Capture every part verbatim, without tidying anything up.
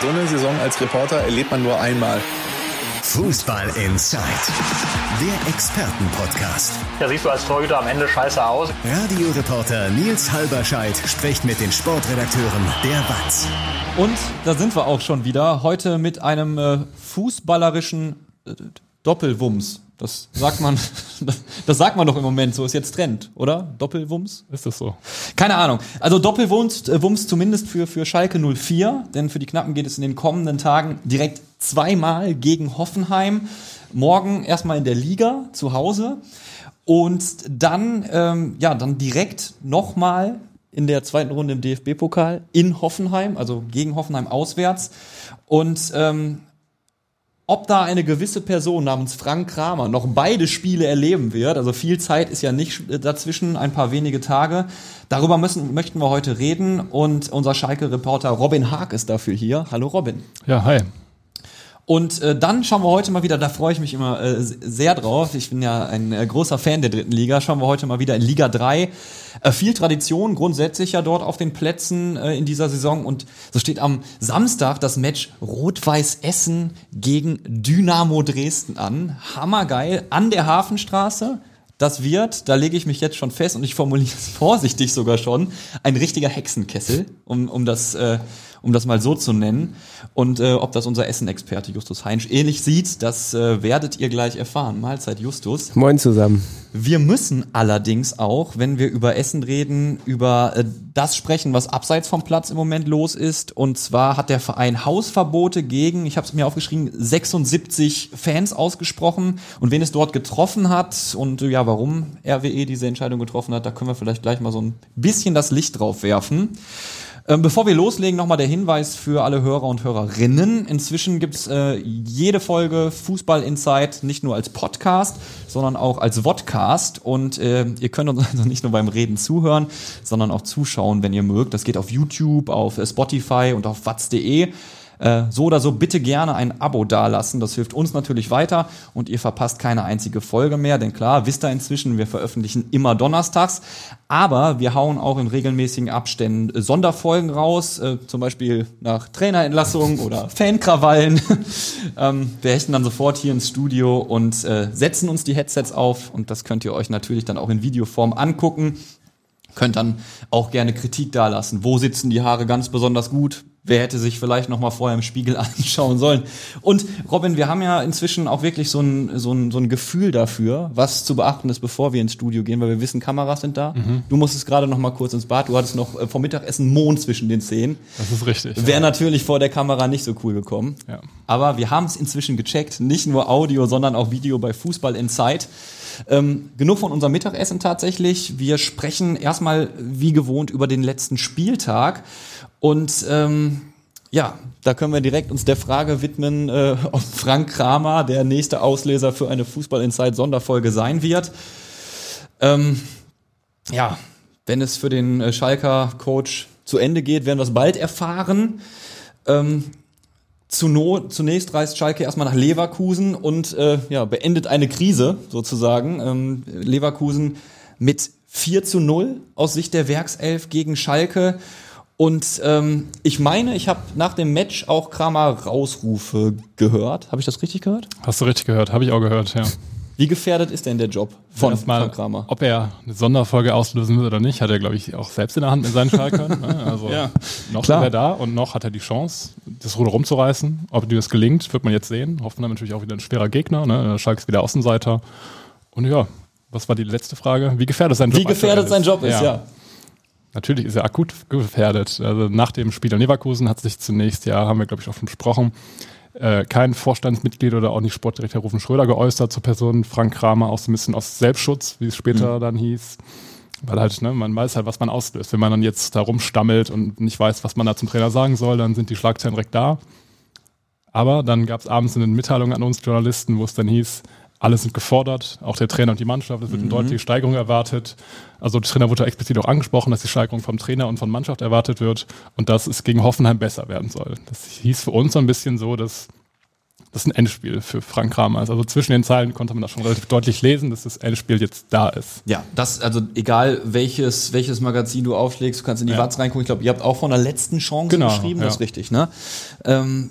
So eine Saison als Reporter erlebt man nur einmal. Fußball Inside, der Expertenpodcast. Da siehst du als Torhüter am Ende scheiße aus. Radioreporter Nils Halberscheid spricht mit den Sportredakteuren der W A Z. Und da sind wir auch schon wieder, heute mit einem äh, fußballerischen äh, Doppelwumms. Das sagt man, das, das sagt man doch im Moment, so ist jetzt Trend, oder? Doppelwumms? Ist das so? Keine Ahnung. Also Doppelwumms äh, Wumms zumindest für, für Schalke null vier, denn für die Knappen geht es in den kommenden Tagen direkt zweimal gegen Hoffenheim. Morgen erstmal in der Liga zu Hause und dann, ähm, ja, dann direkt nochmal in der zweiten Runde im D F B-Pokal in Hoffenheim, also gegen Hoffenheim auswärts. Und ähm, ob da eine gewisse Person namens Frank Kramer noch beide Spiele erleben wird, also viel Zeit ist ja nicht dazwischen, ein paar wenige Tage, darüber müssen, möchten wir heute reden und unser Schalke-Reporter Robin Haag ist dafür hier. Hallo Robin. Ja, hi. Und äh, dann schauen wir heute mal wieder, da freue ich mich immer äh, sehr drauf, ich bin ja ein äh, großer Fan der dritten Liga, schauen wir heute mal wieder in Liga drei. Äh, viel Tradition grundsätzlich ja dort auf den Plätzen äh, in dieser Saison und so steht am Samstag das Match Rot-Weiß Essen gegen Dynamo Dresden an. Hammergeil, an der Hafenstraße. Das wird, da lege ich mich jetzt schon fest und ich formuliere es vorsichtig sogar schon, ein richtiger Hexenkessel, um, um das... Äh, um das mal so zu nennen. Und äh, ob das unser Essen-Experte Justus Heinsch ähnlich sieht, das äh, werdet ihr gleich erfahren. Mahlzeit, Justus. Moin zusammen. Wir müssen allerdings auch, wenn wir über Essen reden, über äh, das sprechen, was abseits vom Platz im Moment los ist. Und zwar hat der Verein Hausverbote gegen, ich habe es mir aufgeschrieben, sechsundsiebzig Fans ausgesprochen. Und wen es dort getroffen hat und äh, ja, warum R W E diese Entscheidung getroffen hat, da können wir vielleicht gleich mal so ein bisschen das Licht drauf werfen. Ähm, bevor wir loslegen, nochmal der Hinweis für alle Hörer und Hörerinnen. Inzwischen gibt's äh, jede Folge Fußball Insight nicht nur als Podcast, sondern auch als Vodcast. Und äh, ihr könnt uns also nicht nur beim Reden zuhören, sondern auch zuschauen, wenn ihr mögt. Das geht auf YouTube, auf Spotify und auf watz punkt de. So oder so bitte gerne ein Abo dalassen, das hilft uns natürlich weiter und ihr verpasst keine einzige Folge mehr, denn klar, wisst ihr inzwischen, wir veröffentlichen immer donnerstags, aber wir hauen auch in regelmäßigen Abständen Sonderfolgen raus, äh, zum Beispiel nach Trainerentlassungen oder Fankrawallen. ähm, wir hechten dann sofort hier ins Studio und äh, setzen uns die Headsets auf und das könnt ihr euch natürlich dann auch in Videoform angucken. Könnt dann auch gerne Kritik dalassen. Wo sitzen die Haare ganz besonders gut? Wer hätte sich vielleicht noch mal vorher im Spiegel anschauen sollen? Und Robin, wir haben ja inzwischen auch wirklich so ein, so ein, so ein Gefühl dafür, was zu beachten ist, bevor wir ins Studio gehen, weil wir wissen, Kameras sind da. Mhm. Du musstest gerade noch mal kurz ins Bad. Du hattest noch äh, vom Mittagessen Mond zwischen den Zähnen. Das ist richtig. Wäre ja natürlich vor der Kamera nicht so cool gekommen. Ja. Aber wir haben es inzwischen gecheckt. Nicht nur Audio, sondern auch Video bei Fußball Insight. Ähm, genug von unserem Mittagessen tatsächlich. Wir sprechen erstmal wie gewohnt über den letzten Spieltag und ähm, ja, da können wir direkt uns der Frage widmen, äh, ob Frank Kramer der nächste Ausleser für eine Fußball Insight Sonderfolge sein wird. Ähm, ja, wenn es für den äh, Schalker Coach zu Ende geht, werden wir es bald erfahren. Ähm, Zunächst reist Schalke erstmal nach Leverkusen und äh, ja, beendet eine Krise sozusagen. Ähm, Leverkusen mit vier zu null aus Sicht der Werkself gegen Schalke. Und ähm, ich meine, ich habe nach dem Match auch Kramer Rausrufe gehört. Habe ich das richtig gehört? Hast du richtig gehört, habe ich auch gehört, ja. Wie gefährdet ist denn der Job von, mal, von Kramer? Ob er eine Sonderfolge auslösen will oder nicht, hat er, glaube ich, auch selbst in der Hand mit seinen Schalkern. Ne? Also ja, noch klar. ist er da und noch hat er die Chance, das Ruder rumzureißen. Ob dir das gelingt, wird man jetzt sehen. Hoffenheim natürlich auch wieder ein schwerer Gegner. Ne? Schalke ist wieder Außenseiter. Und ja, was war die letzte Frage? Wie gefährdet sein Job Wie gefährdet sein Job ist, ja. ja. Natürlich ist er akut gefährdet. Also nach dem Spiel in Leverkusen hat sich zunächst, ja, haben wir, glaube ich, auch schon besprochen, Äh, kein Vorstandsmitglied oder auch nicht Sportdirektor Rufen Schröder geäußert zur Person Frank Kramer, auch so ein bisschen aus Selbstschutz, wie es später mhm. dann hieß. Weil halt, ne, man weiß halt, was man auslöst. Wenn man dann jetzt da rumstammelt und nicht weiß, was man da zum Trainer sagen soll, dann sind die Schlagzeilen direkt da. Aber dann gab es abends eine Mitteilung an uns Journalisten, wo es dann hieß, alle sind gefordert, auch der Trainer und die Mannschaft, es wird eine mhm. deutliche Steigerung erwartet. Also der Trainer wurde explizit auch angesprochen, dass die Steigerung vom Trainer und von Mannschaft erwartet wird und dass es gegen Hoffenheim besser werden soll. Das hieß für uns so ein bisschen so, dass das ist ein Endspiel für Frank Kramer. Also zwischen den Zeilen konnte man das schon relativ deutlich lesen, dass das Endspiel jetzt da ist. Ja, das, also egal welches, welches Magazin du aufschlägst, du kannst in die Ja. Watz reingucken. Ich glaube, ihr habt auch von der letzten Chance Genau, geschrieben, ja. das ist richtig, ne? Ähm,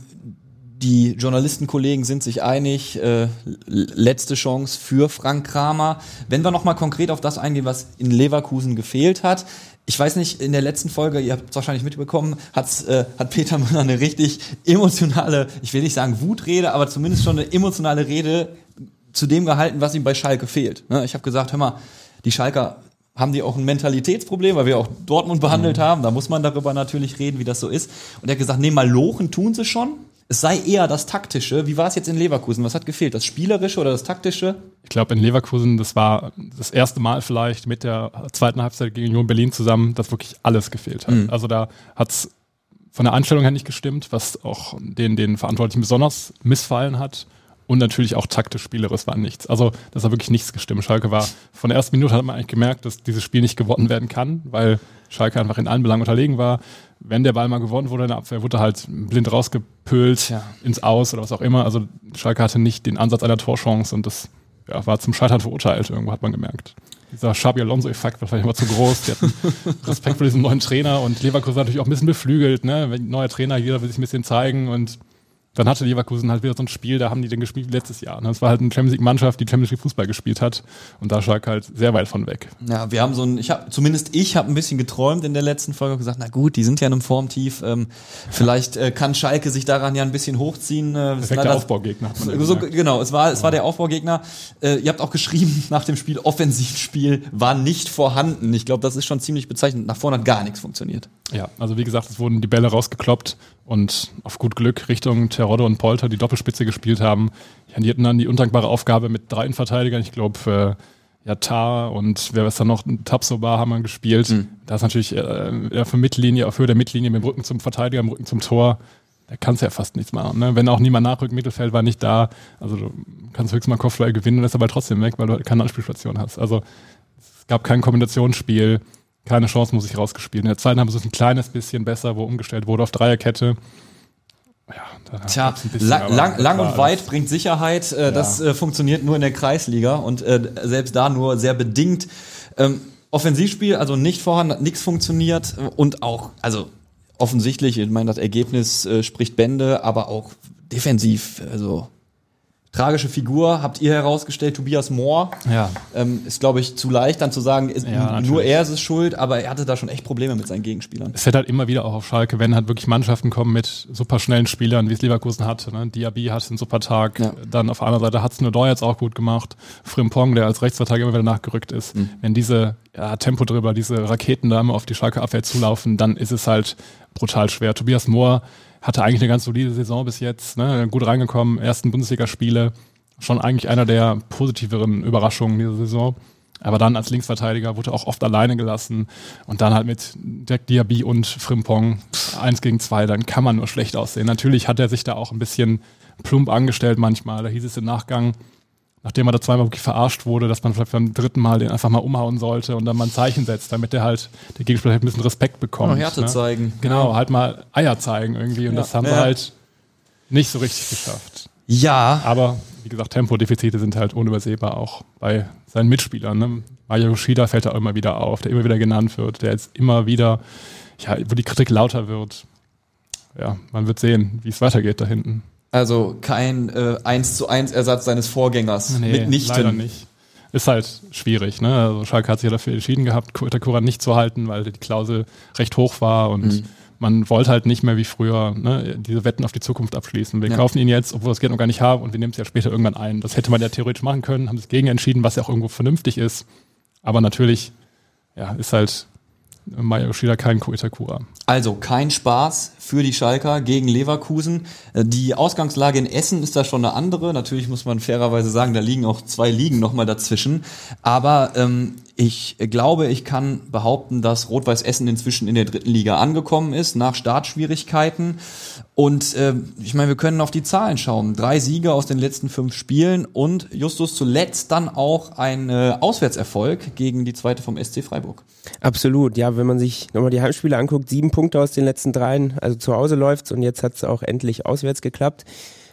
die Journalistenkollegen sind sich einig, äh, letzte Chance für Frank Kramer. Wenn wir nochmal konkret auf das eingehen, was in Leverkusen gefehlt hat. Ich weiß nicht, in der letzten Folge, ihr habt es wahrscheinlich mitbekommen, hat's, äh, hat Peter Müller eine richtig emotionale, ich will nicht sagen Wutrede, aber zumindest schon eine emotionale Rede zu dem gehalten, was ihm bei Schalke fehlt. Ne? Ich habe gesagt, hör mal, die Schalker, haben die auch ein Mentalitätsproblem, weil wir auch Dortmund behandelt mhm. haben. Da muss man darüber natürlich reden, wie das so ist. Und er hat gesagt, nee, mal lochen tun sie schon. Es sei eher das Taktische. Wie war es jetzt in Leverkusen? Was hat gefehlt? Das Spielerische oder das Taktische? Ich glaube, in Leverkusen, das war das erste Mal vielleicht mit der zweiten Halbzeit gegen Union Berlin zusammen, dass wirklich alles gefehlt hat. Mhm. Also da hat's von der Einstellung her nicht gestimmt, was auch den, den Verantwortlichen besonders missfallen hat. Und natürlich auch taktisch spielerisch war nichts. Also das hat wirklich nichts gestimmt. Schalke war, von der ersten Minute hat man eigentlich gemerkt, dass dieses Spiel nicht gewonnen werden kann, weil Schalke einfach in allen Belangen unterlegen war. Wenn der Ball mal gewonnen wurde in der Abwehr, wurde halt blind rausgepölt ja. ins Aus oder was auch immer. Also Schalke hatte nicht den Ansatz einer Torchance und das ja, war zum Scheitern verurteilt. Irgendwo hat man gemerkt. Dieser Xabi Alonso-Effekt war vielleicht immer zu groß. Die hatten Respekt vor diesem neuen Trainer und Leverkusen natürlich auch ein bisschen beflügelt. Ne? Wenn neuer Trainer, jeder will sich ein bisschen zeigen und dann hatte Leverkusen halt wieder so ein Spiel, da haben die dann gespielt wie letztes Jahr. Es war halt eine Champions League-Mannschaft, die Champions League Fußball gespielt hat und da Schalke halt sehr weit von weg. Ja, wir haben so ein, ich habe zumindest ich habe ein bisschen geträumt in der letzten Folge und gesagt, na gut, die sind ja in einem Formtief, ähm, vielleicht äh, kann Schalke sich daran ja ein bisschen hochziehen. Äh, Perfekter Aufbaugegner. Hat man so, genau, es war es war der Aufbaugegner. Äh, ihr habt auch geschrieben nach dem Spiel, Offensivspiel war nicht vorhanden. Ich glaube, das ist schon ziemlich bezeichnend. Nach vorne hat gar nichts funktioniert. Ja, also wie gesagt, es wurden die Bälle rausgekloppt und auf gut Glück Richtung Terodde und Polter, die Doppelspitze gespielt haben. Ja, die hatten dann die undankbare Aufgabe mit drei Innenverteidigern. Ich glaube, äh, ja, Tar und wer ist da noch? Tapsoba haben wir gespielt. Mhm. Da ist natürlich äh, für Mittellinie, auf Höhe der Mittellinie mit dem Rücken zum Verteidiger, mit dem Rücken zum Tor. Da kannst du ja fast nichts machen. Ne? Wenn auch niemand nachrückt, Mittelfeld war nicht da. Also du kannst höchstens mal Kopfball gewinnen und ist aber trotzdem weg, weil du halt keine Anspielstation hast. Also es gab kein Kombinationsspiel. Keine Chance muss ich rausgespielt. In der zweiten haben sie es ein kleines bisschen besser, wo umgestellt wurde auf Dreierkette. Ja, da Tja, ein bisschen, lang, lang, lang und weit alles. bringt Sicherheit. Äh, Ja. Das äh, funktioniert nur in der Kreisliga und äh, selbst da nur sehr bedingt. Ähm, Offensivspiel, also nicht vorhanden, hat nichts funktioniert und auch, also offensichtlich, ich meine, das Ergebnis äh, spricht Bände, aber auch defensiv, also tragische Figur, habt ihr herausgestellt, Tobias Mohr. Ja. Ähm, ist, glaube ich, zu leicht dann zu sagen, ist, Ja, nur natürlich. er ist es schuld, aber er hatte da schon echt Probleme mit seinen Gegenspielern. Es fällt halt immer wieder auch auf Schalke, wenn halt wirklich Mannschaften kommen mit super schnellen Spielern, wie es Leverkusen hatte. Ne? Diaby hatte einen super Tag. Ja. Dann auf der anderen Seite hat es nur jetzt auch gut gemacht. Frimpong, der als Rechtsverteidiger immer wieder nachgerückt ist. Mhm. Wenn diese ja, Tempodribbler, diese Raketen da immer auf die Schalke Abwehr zulaufen, dann ist es halt brutal schwer. Tobias Mohr hatte eigentlich eine ganz solide Saison bis jetzt. Ne? Gut reingekommen, ersten Bundesligaspiele. Schon eigentlich einer der positiveren Überraschungen dieser Saison. Aber dann als Linksverteidiger wurde auch oft alleine gelassen. Und dann halt mit Jack Diaby und Frimpong eins gegen zwei, dann kann man nur schlecht aussehen. Natürlich hat er sich da auch ein bisschen plump angestellt manchmal. Da hieß es im Nachgang, nachdem er da zweimal wirklich verarscht wurde, dass man vielleicht beim dritten Mal den einfach mal umhauen sollte und dann mal ein Zeichen setzt, damit der halt, der Gegenspieler halt ein bisschen Respekt bekommt. Oh, Härte ne? zeigen. Genau, halt mal Eier zeigen irgendwie. Und Ja. das haben Ja. sie halt nicht so richtig geschafft. Ja, Aber wie gesagt, Tempodefizite sind halt unübersehbar auch bei seinen Mitspielern. Ne? Maya Yoshida fällt da auch immer wieder auf, der immer wieder genannt wird, der jetzt immer wieder, ja, wo die Kritik lauter wird. Ja, man wird sehen, wie es weitergeht da hinten. also kein äh, eins zu eins Ersatz seines Vorgängers. Mitnichten. leider nicht. Ist halt schwierig. Ne? Also Schalke hat sich ja dafür entschieden gehabt, Itakura nicht zu halten, weil die Klausel recht hoch war und mhm. man wollte halt nicht mehr wie früher ne, diese Wetten auf die Zukunft abschließen. Wir Ja. kaufen ihn jetzt, obwohl wir das Geld noch gar nicht haben und wir nehmen es ja später irgendwann ein. Das hätte man ja theoretisch machen können, haben sich gegen entschieden, was ja auch irgendwo vernünftig ist. Aber natürlich ja, ist halt Maya Yoshida kein Itakura. Also kein Spaß für die Schalker gegen Leverkusen. Äh, Die Ausgangslage in Essen ist da schon eine andere. Natürlich muss man fairerweise sagen, da liegen auch zwei Ligen nochmal dazwischen. Aber ähm, ich glaube, ich kann behaupten, dass Rot-Weiß Essen inzwischen in der dritten Liga angekommen ist, nach Startschwierigkeiten. Und äh, ich meine, wir können auf die Zahlen schauen. Drei Siege aus den letzten fünf Spielen und Justus zuletzt dann auch ein äh, Auswärtserfolg gegen die zweite vom S C Freiburg. Absolut, ja, wenn man sich nochmal die Heimspiele anguckt, sieben Punkte aus den letzten dreien, also zu Hause läuft's und jetzt hat's auch endlich auswärts geklappt.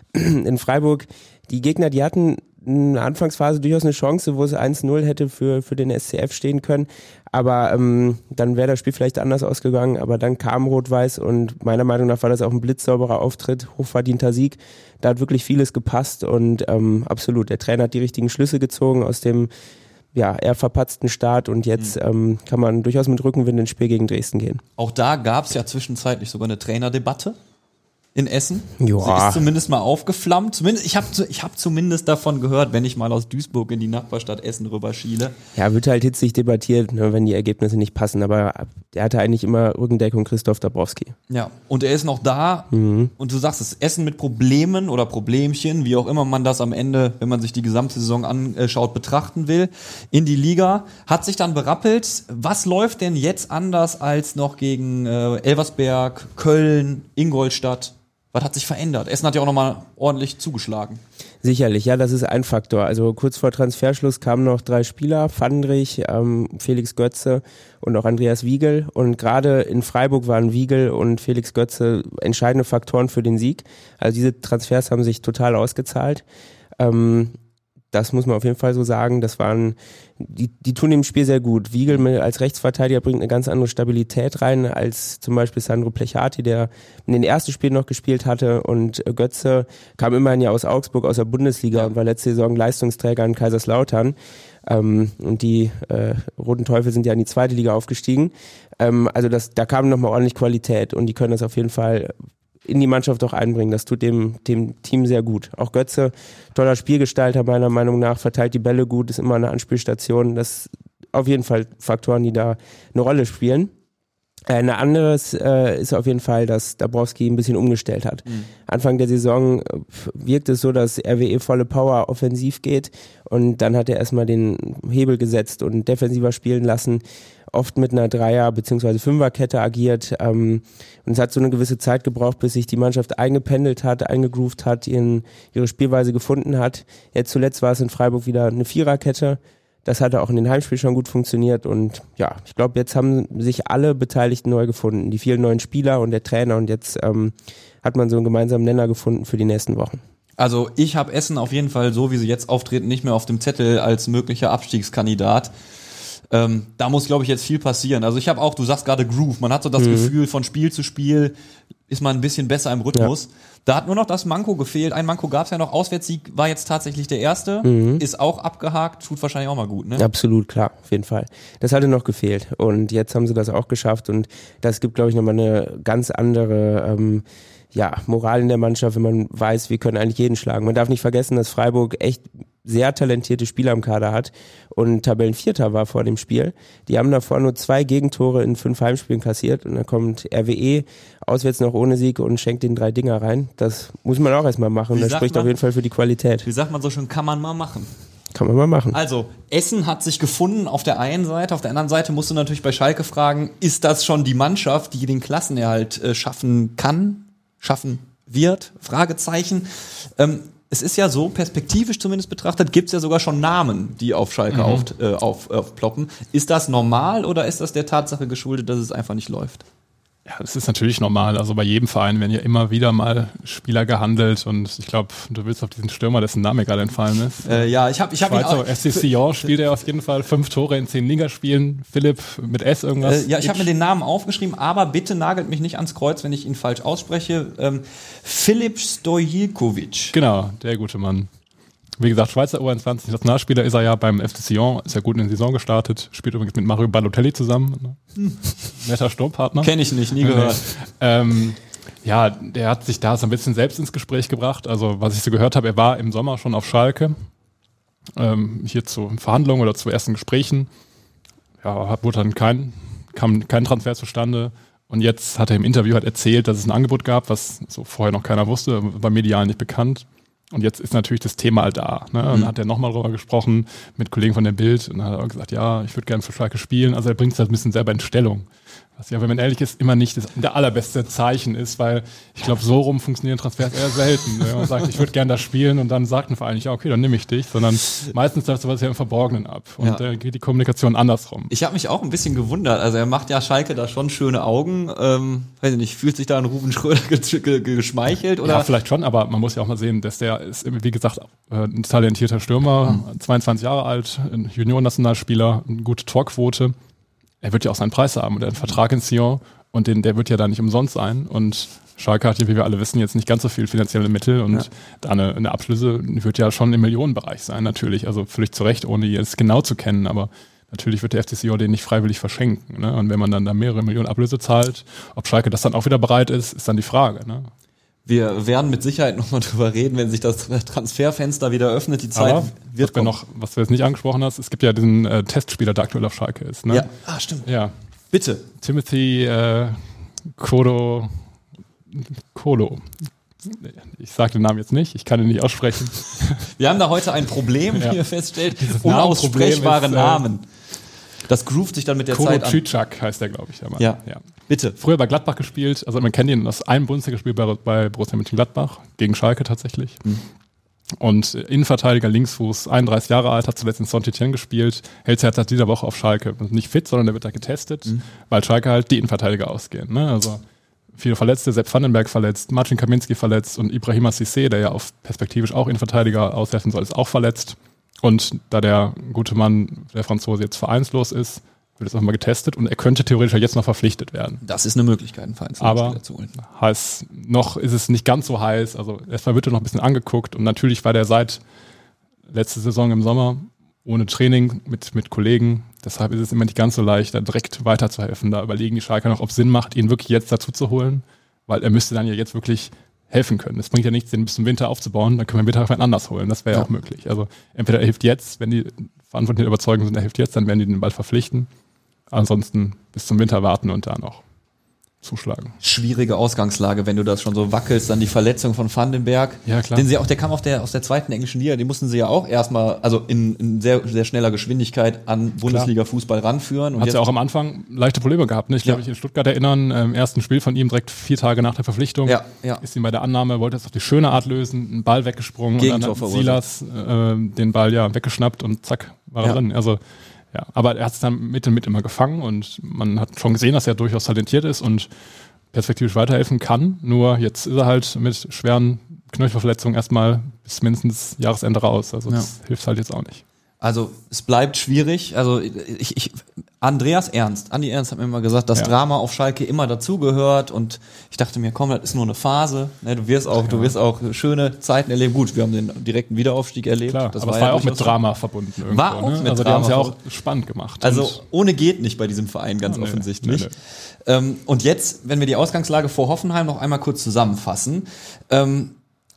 in Freiburg, die Gegner, die hatten in der Anfangsphase durchaus eine Chance, wo es eins null hätte für, für den S C F stehen können. Aber ähm, dann wäre das Spiel vielleicht anders ausgegangen. Aber dann kam Rot-Weiß und meiner Meinung nach war das auch ein blitzsauberer Auftritt, hochverdienter Sieg. Da hat wirklich vieles gepasst und ähm, absolut, der Trainer hat die richtigen Schlüsse gezogen aus dem ja, eher verpatzten Start und jetzt mhm. ähm, kann man durchaus mit Rückenwind ins Spiel gegen Dresden gehen. Auch da gab es ja zwischenzeitlich sogar eine Trainerdebatte in Essen. Ja. Sie ist zumindest mal aufgeflammt. Zumindest, ich habe ich hab zumindest davon gehört, wenn ich mal aus Duisburg in die Nachbarstadt Essen rüber schiele. Ja, wird halt hitzig debattiert, ne, wenn die Ergebnisse nicht passen, aber der hatte eigentlich immer Rückendeckung, Christoph Dabrowski. Ja, und er ist noch da mhm. und du sagst es, Essen mit Problemen oder Problemchen, wie auch immer man das am Ende, wenn man sich die gesamte Saison anschaut, betrachten will, in die Liga, hat sich dann berappelt. Was läuft denn jetzt anders als noch gegen äh, Elversberg, Köln, Ingolstadt? Was hat sich verändert? Essen hat ja auch nochmal ordentlich zugeschlagen. Sicherlich, ja, das ist ein Faktor. Also kurz vor Transferschluss kamen noch drei Spieler, Fandrich, ähm, Felix Götze und auch Andreas Wiegel. Und gerade in Freiburg waren Wiegel und Felix Götze entscheidende Faktoren für den Sieg. Also diese Transfers haben sich total ausgezahlt. Ähm, Das muss man auf jeden Fall so sagen. Das waren, die, die tun im Spiel sehr gut. Wiegel als Rechtsverteidiger bringt eine ganz andere Stabilität rein als zum Beispiel Sandro Plechati, der in den ersten Spielen noch gespielt hatte. Und Götze kam immerhin ja aus Augsburg, aus der Bundesliga und war letzte Saison Leistungsträger in Kaiserslautern. Ähm, und die äh, Roten Teufel sind ja in die zweite Liga aufgestiegen. Ähm, also das, da kam nochmal ordentlich Qualität und die können das auf jeden Fall in die Mannschaft auch einbringen. Das tut dem, dem Team sehr gut. Auch Götze, toller Spielgestalter meiner Meinung nach, verteilt die Bälle gut, ist immer eine Anspielstation. Das sind auf jeden Fall Faktoren, die da eine Rolle spielen. Äh, eine andere äh, ist auf jeden Fall, dass Dabrowski ein bisschen umgestellt hat. Mhm. Anfang der Saison wirkt es so, dass R W E volle Power offensiv geht und dann hat er erstmal den Hebel gesetzt und defensiver spielen lassen, oft mit einer Dreier- bzw. Fünferkette agiert ähm, und es hat so eine gewisse Zeit gebraucht, bis sich die Mannschaft eingependelt hat, eingegroovt hat, ihren, ihre Spielweise gefunden hat. Jetzt zuletzt war es in Freiburg wieder eine Viererkette. Das hatte auch in den Heimspielen schon gut funktioniert und ja, ich glaube, jetzt haben sich alle Beteiligten neu gefunden, die vielen neuen Spieler und der Trainer und jetzt ähm, hat man so einen gemeinsamen Nenner gefunden für die nächsten Wochen. Also ich habe Essen auf jeden Fall, so wie sie jetzt auftreten, nicht mehr auf dem Zettel als möglicher Abstiegskandidat. Ähm, da muss, glaube ich, jetzt viel passieren. Also ich habe auch, du sagst gerade Groove, man hat so das mhm. Gefühl, von Spiel zu Spiel ist man ein bisschen besser im Rhythmus. Ja. Da hat nur noch das Manko gefehlt. Ein Manko gab es ja noch, Auswärtssieg war jetzt tatsächlich der erste, mhm. ist auch abgehakt, tut wahrscheinlich auch mal gut, ne? Absolut, klar, auf jeden Fall. Das hatte noch gefehlt und jetzt haben sie das auch geschafft und das gibt, glaube ich, nochmal eine ganz andere ähm, ja, Moral in der Mannschaft, wenn man weiß, wir können eigentlich jeden schlagen. Man darf nicht vergessen, dass Freiburg echt sehr talentierte Spieler im Kader hat und Tabellenvierter war vor dem Spiel. Die haben davor nur zwei Gegentore in fünf Heimspielen kassiert und dann kommt R W E auswärts noch ohne Sieg und schenkt den drei Dinger rein. Das muss man auch erstmal machen. Wie das spricht man, auf jeden Fall für die Qualität. Wie sagt man so schön, kann man mal machen. Kann man mal machen. Also, Essen hat sich gefunden auf der einen Seite, auf der anderen Seite musst du natürlich bei Schalke fragen, ist das schon die Mannschaft, die den Klassenerhalt äh, schaffen kann, schaffen wird? Fragezeichen. Ähm, Es ist ja so, perspektivisch zumindest betrachtet, gibt es ja sogar schon Namen, die auf Schalke mhm. auf, äh, auf, aufploppen. Ist das normal oder ist das der Tatsache geschuldet, dass es einfach nicht läuft? Ja, das ist natürlich normal. Also bei jedem Verein werden ja immer wieder mal Spieler gehandelt und ich glaube, du willst auf diesen Stürmer, dessen Name gerade entfallen ist. Äh, ja, ich habe ich hab ihn auch. F C Sion spielt er auf jeden Fall fünf Tore in zehn Ligaspielen. Philipp mit S irgendwas. Äh, ja, ich habe mir den Namen aufgeschrieben, aber bitte nagelt mich nicht ans Kreuz, wenn ich ihn falsch ausspreche. Ähm, Filip Stojilkovic. Genau, der gute Mann. Wie gesagt, Schweizer U einundzwanzig Nationalspieler ist er ja beim F C Sion, ist ja gut in die Saison gestartet, spielt übrigens mit Mario Balotelli zusammen. Hm. Netter Sturmpartner. Kenn ich nicht, nie gehört. ähm, ja, der hat sich da so ein bisschen selbst ins Gespräch gebracht. Also, was ich so gehört habe, er war im Sommer schon auf Schalke, ähm, hier zu Verhandlungen oder zu ersten Gesprächen. Ja, hat, wurde dann kein, kam kein Transfer zustande. Und jetzt hat er im Interview halt erzählt, dass es ein Angebot gab, was so vorher noch keiner wusste, war medial nicht bekannt. Und jetzt ist natürlich das Thema halt da. Ne? Und dann hat er nochmal drüber gesprochen mit Kollegen von der Bild und dann hat er gesagt, ja, ich würde gerne für Schalke spielen. Also er bringt es halt ein bisschen selber in Stellung. was ja, wenn man ehrlich ist, immer nicht das der allerbeste Zeichen ist, weil ich glaube, so rum funktionieren Transfers eher selten. Wenn man sagt, ich würde gerne da spielen und dann sagt ein Verein nicht, ja, okay, dann nehme ich dich, sondern meistens läuft sowas ja im Verborgenen ab und Ja. da geht die Kommunikation andersrum. Ich habe mich auch ein bisschen gewundert. Also er macht ja Schalke da schon schöne Augen. Ähm, weiß ich nicht, fühlt sich da ein Ruben Schröder ge- ge- geschmeichelt? Oder? Ja, vielleicht schon, aber man muss ja auch mal sehen, dass der ist, wie gesagt, ein talentierter Stürmer, zweiundzwanzig Jahre alt, ein Juniorennationalspieler, eine gute Torquote. Er wird ja auch seinen Preis haben und er hat einen Vertrag in Sion und den, der wird ja da nicht umsonst sein und Schalke hat ja, wie wir alle wissen, jetzt nicht ganz so viel finanzielle Mittel und Ja. da eine, eine Ablöse wird ja schon im Millionenbereich sein natürlich, also völlig zu Recht, ohne jetzt genau zu kennen, aber natürlich wird der F C Sion den nicht freiwillig verschenken, ne? Und wenn man dann da mehrere Millionen Ablöse zahlt, ob Schalke das dann auch wieder bereit ist, ist dann die Frage, ne? Wir werden mit Sicherheit nochmal drüber reden, wenn sich das Transferfenster wieder öffnet. Die Zeit Aber wird was, wir noch, was du jetzt nicht angesprochen hast, es gibt ja diesen äh, Testspieler, der aktuell auf Schalke ist. Ne? Ja, ah, stimmt. Ja. Bitte. Timothy äh, Kodo Kolo. Ich sage den Namen jetzt nicht, ich kann ihn nicht aussprechen. Wir haben da heute ein Problem, Ja. wie ihr feststellt, Namenproblem unaussprechbare ist, äh, Namen. Das groovt sich dann mit der Kolo Zeit an. Cicak heißt der, glaube ich. Der Mann. Ja. ja. Bitte. Früher bei Gladbach gespielt, also man kennt ihn aus einem Bundesligaspiel bei, bei Borussia Mönchengladbach, gegen Schalke tatsächlich. Mhm. Und Innenverteidiger, Linksfuß, einunddreißig Jahre alt, hat zuletzt in Saint-Étienne gespielt, hält sich jetzt seit dieser Woche auf Schalke. Nicht fit, sondern der wird da getestet, Mhm. weil Schalke halt die Innenverteidiger ausgehen. Ne? Also viele Verletzte, Sepp Vandenberg verletzt, Marcin Kaminski verletzt und Ibrahima Cissé, der ja auf perspektivisch auch Innenverteidiger aushelfen soll, ist auch verletzt. Und da der gute Mann, der Franzose, jetzt vereinslos ist, wird jetzt auch mal getestet und er könnte theoretisch jetzt noch verpflichtet werden. Das ist eine Möglichkeit, einen Aber Vereinsspieler zu holen. heißt, noch ist es nicht ganz so heiß. Also erstmal wird er noch ein bisschen angeguckt und natürlich war der seit letzte Saison im Sommer ohne Training mit, mit Kollegen. Deshalb ist es immer nicht ganz so leicht, da direkt weiterzuhelfen. Da überlegen die Schalker noch, ob es Sinn macht, ihn wirklich jetzt dazu zu holen, weil er müsste dann ja jetzt wirklich helfen können. Es bringt ja nichts, den bis zum Winter aufzubauen, dann können wir im Winter jemand anders holen. Das wäre ja Ja. auch möglich. Also entweder er hilft jetzt, wenn die Verantwortlichen der Überzeugung sind, er hilft jetzt, dann werden die den bald verpflichten. Ansonsten bis zum Winter warten und da noch zuschlagen. Schwierige Ausgangslage, wenn du das schon so wackelst, dann die Verletzung von Vandenberg. Ja, klar. Den sie auch, der kam auf der, aus der zweiten englischen Liga, den mussten sie ja auch erstmal, also in, in sehr, sehr schneller Geschwindigkeit an Bundesliga-Fußball ranführen. Und Hat jetzt, ja auch am Anfang leichte Probleme gehabt. Ne? Ich glaube, Ja. ich in Stuttgart erinnern, im ersten Spiel von ihm direkt vier Tage nach der Verpflichtung, Ja, ja. ist ihm bei der Annahme, wollte es auf die schöne Art lösen, einen Ball weggesprungen Gegentor und dann hat verursacht. Silas äh, den Ball ja weggeschnappt und zack, war er Ja. drin. Also ja, aber er hat es dann mit und mit immer gefangen und man hat schon gesehen, dass er durchaus talentiert ist und perspektivisch weiterhelfen kann. Nur jetzt ist er halt mit schweren Knöchelverletzungen erstmal bis mindestens Jahresende raus. Also das hilft halt jetzt auch nicht. Also es bleibt schwierig. Also ich, ich Andreas Ernst, Andi Ernst hat mir immer gesagt, dass Ja. Drama auf Schalke immer dazugehört und ich dachte mir, komm, das ist nur eine Phase. Ne, du wirst auch, du wirst auch schöne Zeiten erleben. Gut, wir haben den direkten Wiederaufstieg erlebt. Klar, das aber es war ja auch mit durchaus- Drama verbunden irgendwo. War auch ne? mit also die Drama haben es ja auch verbunden. spannend gemacht. Also Und ohne geht nicht bei diesem Verein, ganz Ja, nee, offensichtlich. nee, Ähm, und jetzt, wenn wir die Ausgangslage vor Hoffenheim noch einmal kurz zusammenfassen. Ähm,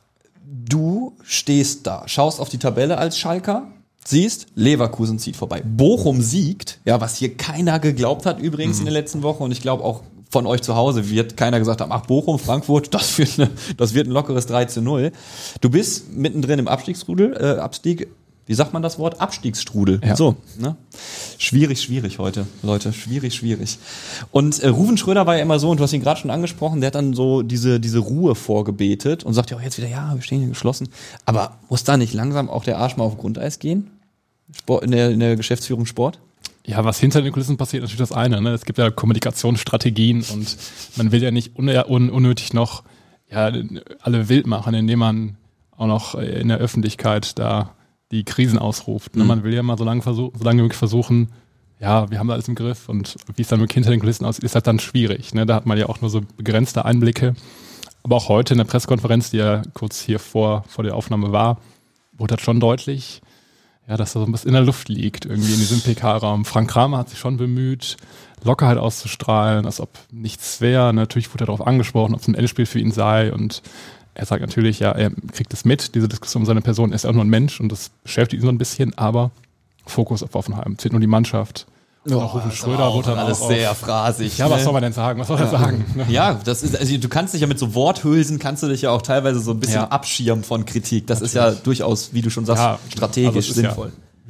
du stehst da, schaust auf die Tabelle als Schalker, siehst, Leverkusen zieht vorbei. Bochum siegt, ja, was hier keiner geglaubt hat übrigens in der letzten Woche. Und ich glaube auch von euch zu Hause wird keiner gesagt haben, ach, Bochum, Frankfurt, das wird, eine, das wird ein lockeres drei zu null. Du bist mittendrin im Abstiegsstrudel, äh, Abstieg, wie sagt man das Wort? Abstiegsstrudel. Ja. So, ne? Schwierig, schwierig heute, Leute. Schwierig, schwierig. Und äh, Ruven Schröder war ja immer so, und du hast ihn gerade schon angesprochen, der hat dann so diese, diese Ruhe vorgebetet und sagt ja auch jetzt wieder, ja, wir stehen hier geschlossen. Aber muss da nicht langsam auch der Arsch mal auf Grundeis gehen? Sport, in, der, in der Geschäftsführung Sport? ja, was hinter den Kulissen passiert, natürlich das eine. Ne? Es gibt ja Kommunikationsstrategien und man will ja nicht un un unnötig noch ja, alle wild machen, indem man auch noch in der Öffentlichkeit da die Krisen ausruft. Ne? Mhm. Man will ja mal so lange, versuch, so lange versuchen, ja, wir haben alles im Griff und wie es dann wirklich hinter den Kulissen aussieht, ist halt dann schwierig. Ne? Da hat man ja auch nur so begrenzte Einblicke. Aber auch heute in der Pressekonferenz, die ja kurz hier vor, vor der Aufnahme war, wurde das schon deutlich, ja, dass da so ein bisschen in der Luft liegt, irgendwie in diesem P K-Raum. Frank Kramer hat sich schon bemüht, Lockerheit auszustrahlen, als ob nichts wäre. Natürlich wurde er darauf angesprochen, ob es ein Endspiel für ihn sei. Und er sagt natürlich, ja, er kriegt es mit, diese Diskussion um seine Person. Er ist ja auch nur ein Mensch und das beschäftigt ihn so ein bisschen, aber Fokus auf Hoffenheim. Zählt nur die Mannschaft. Und auch Rufen Schröder wurde dann alles auch sehr auf, phrasig. ja, was ne? soll man denn sagen? Was soll er sagen? Ja, das ist, also du kannst dich ja mit so Worthülsen, kannst du dich ja auch teilweise so ein bisschen Ja. abschirmen von Kritik. Das ist ja durchaus, wie du schon sagst, Ja, strategisch also es ist sinnvoll. Ja,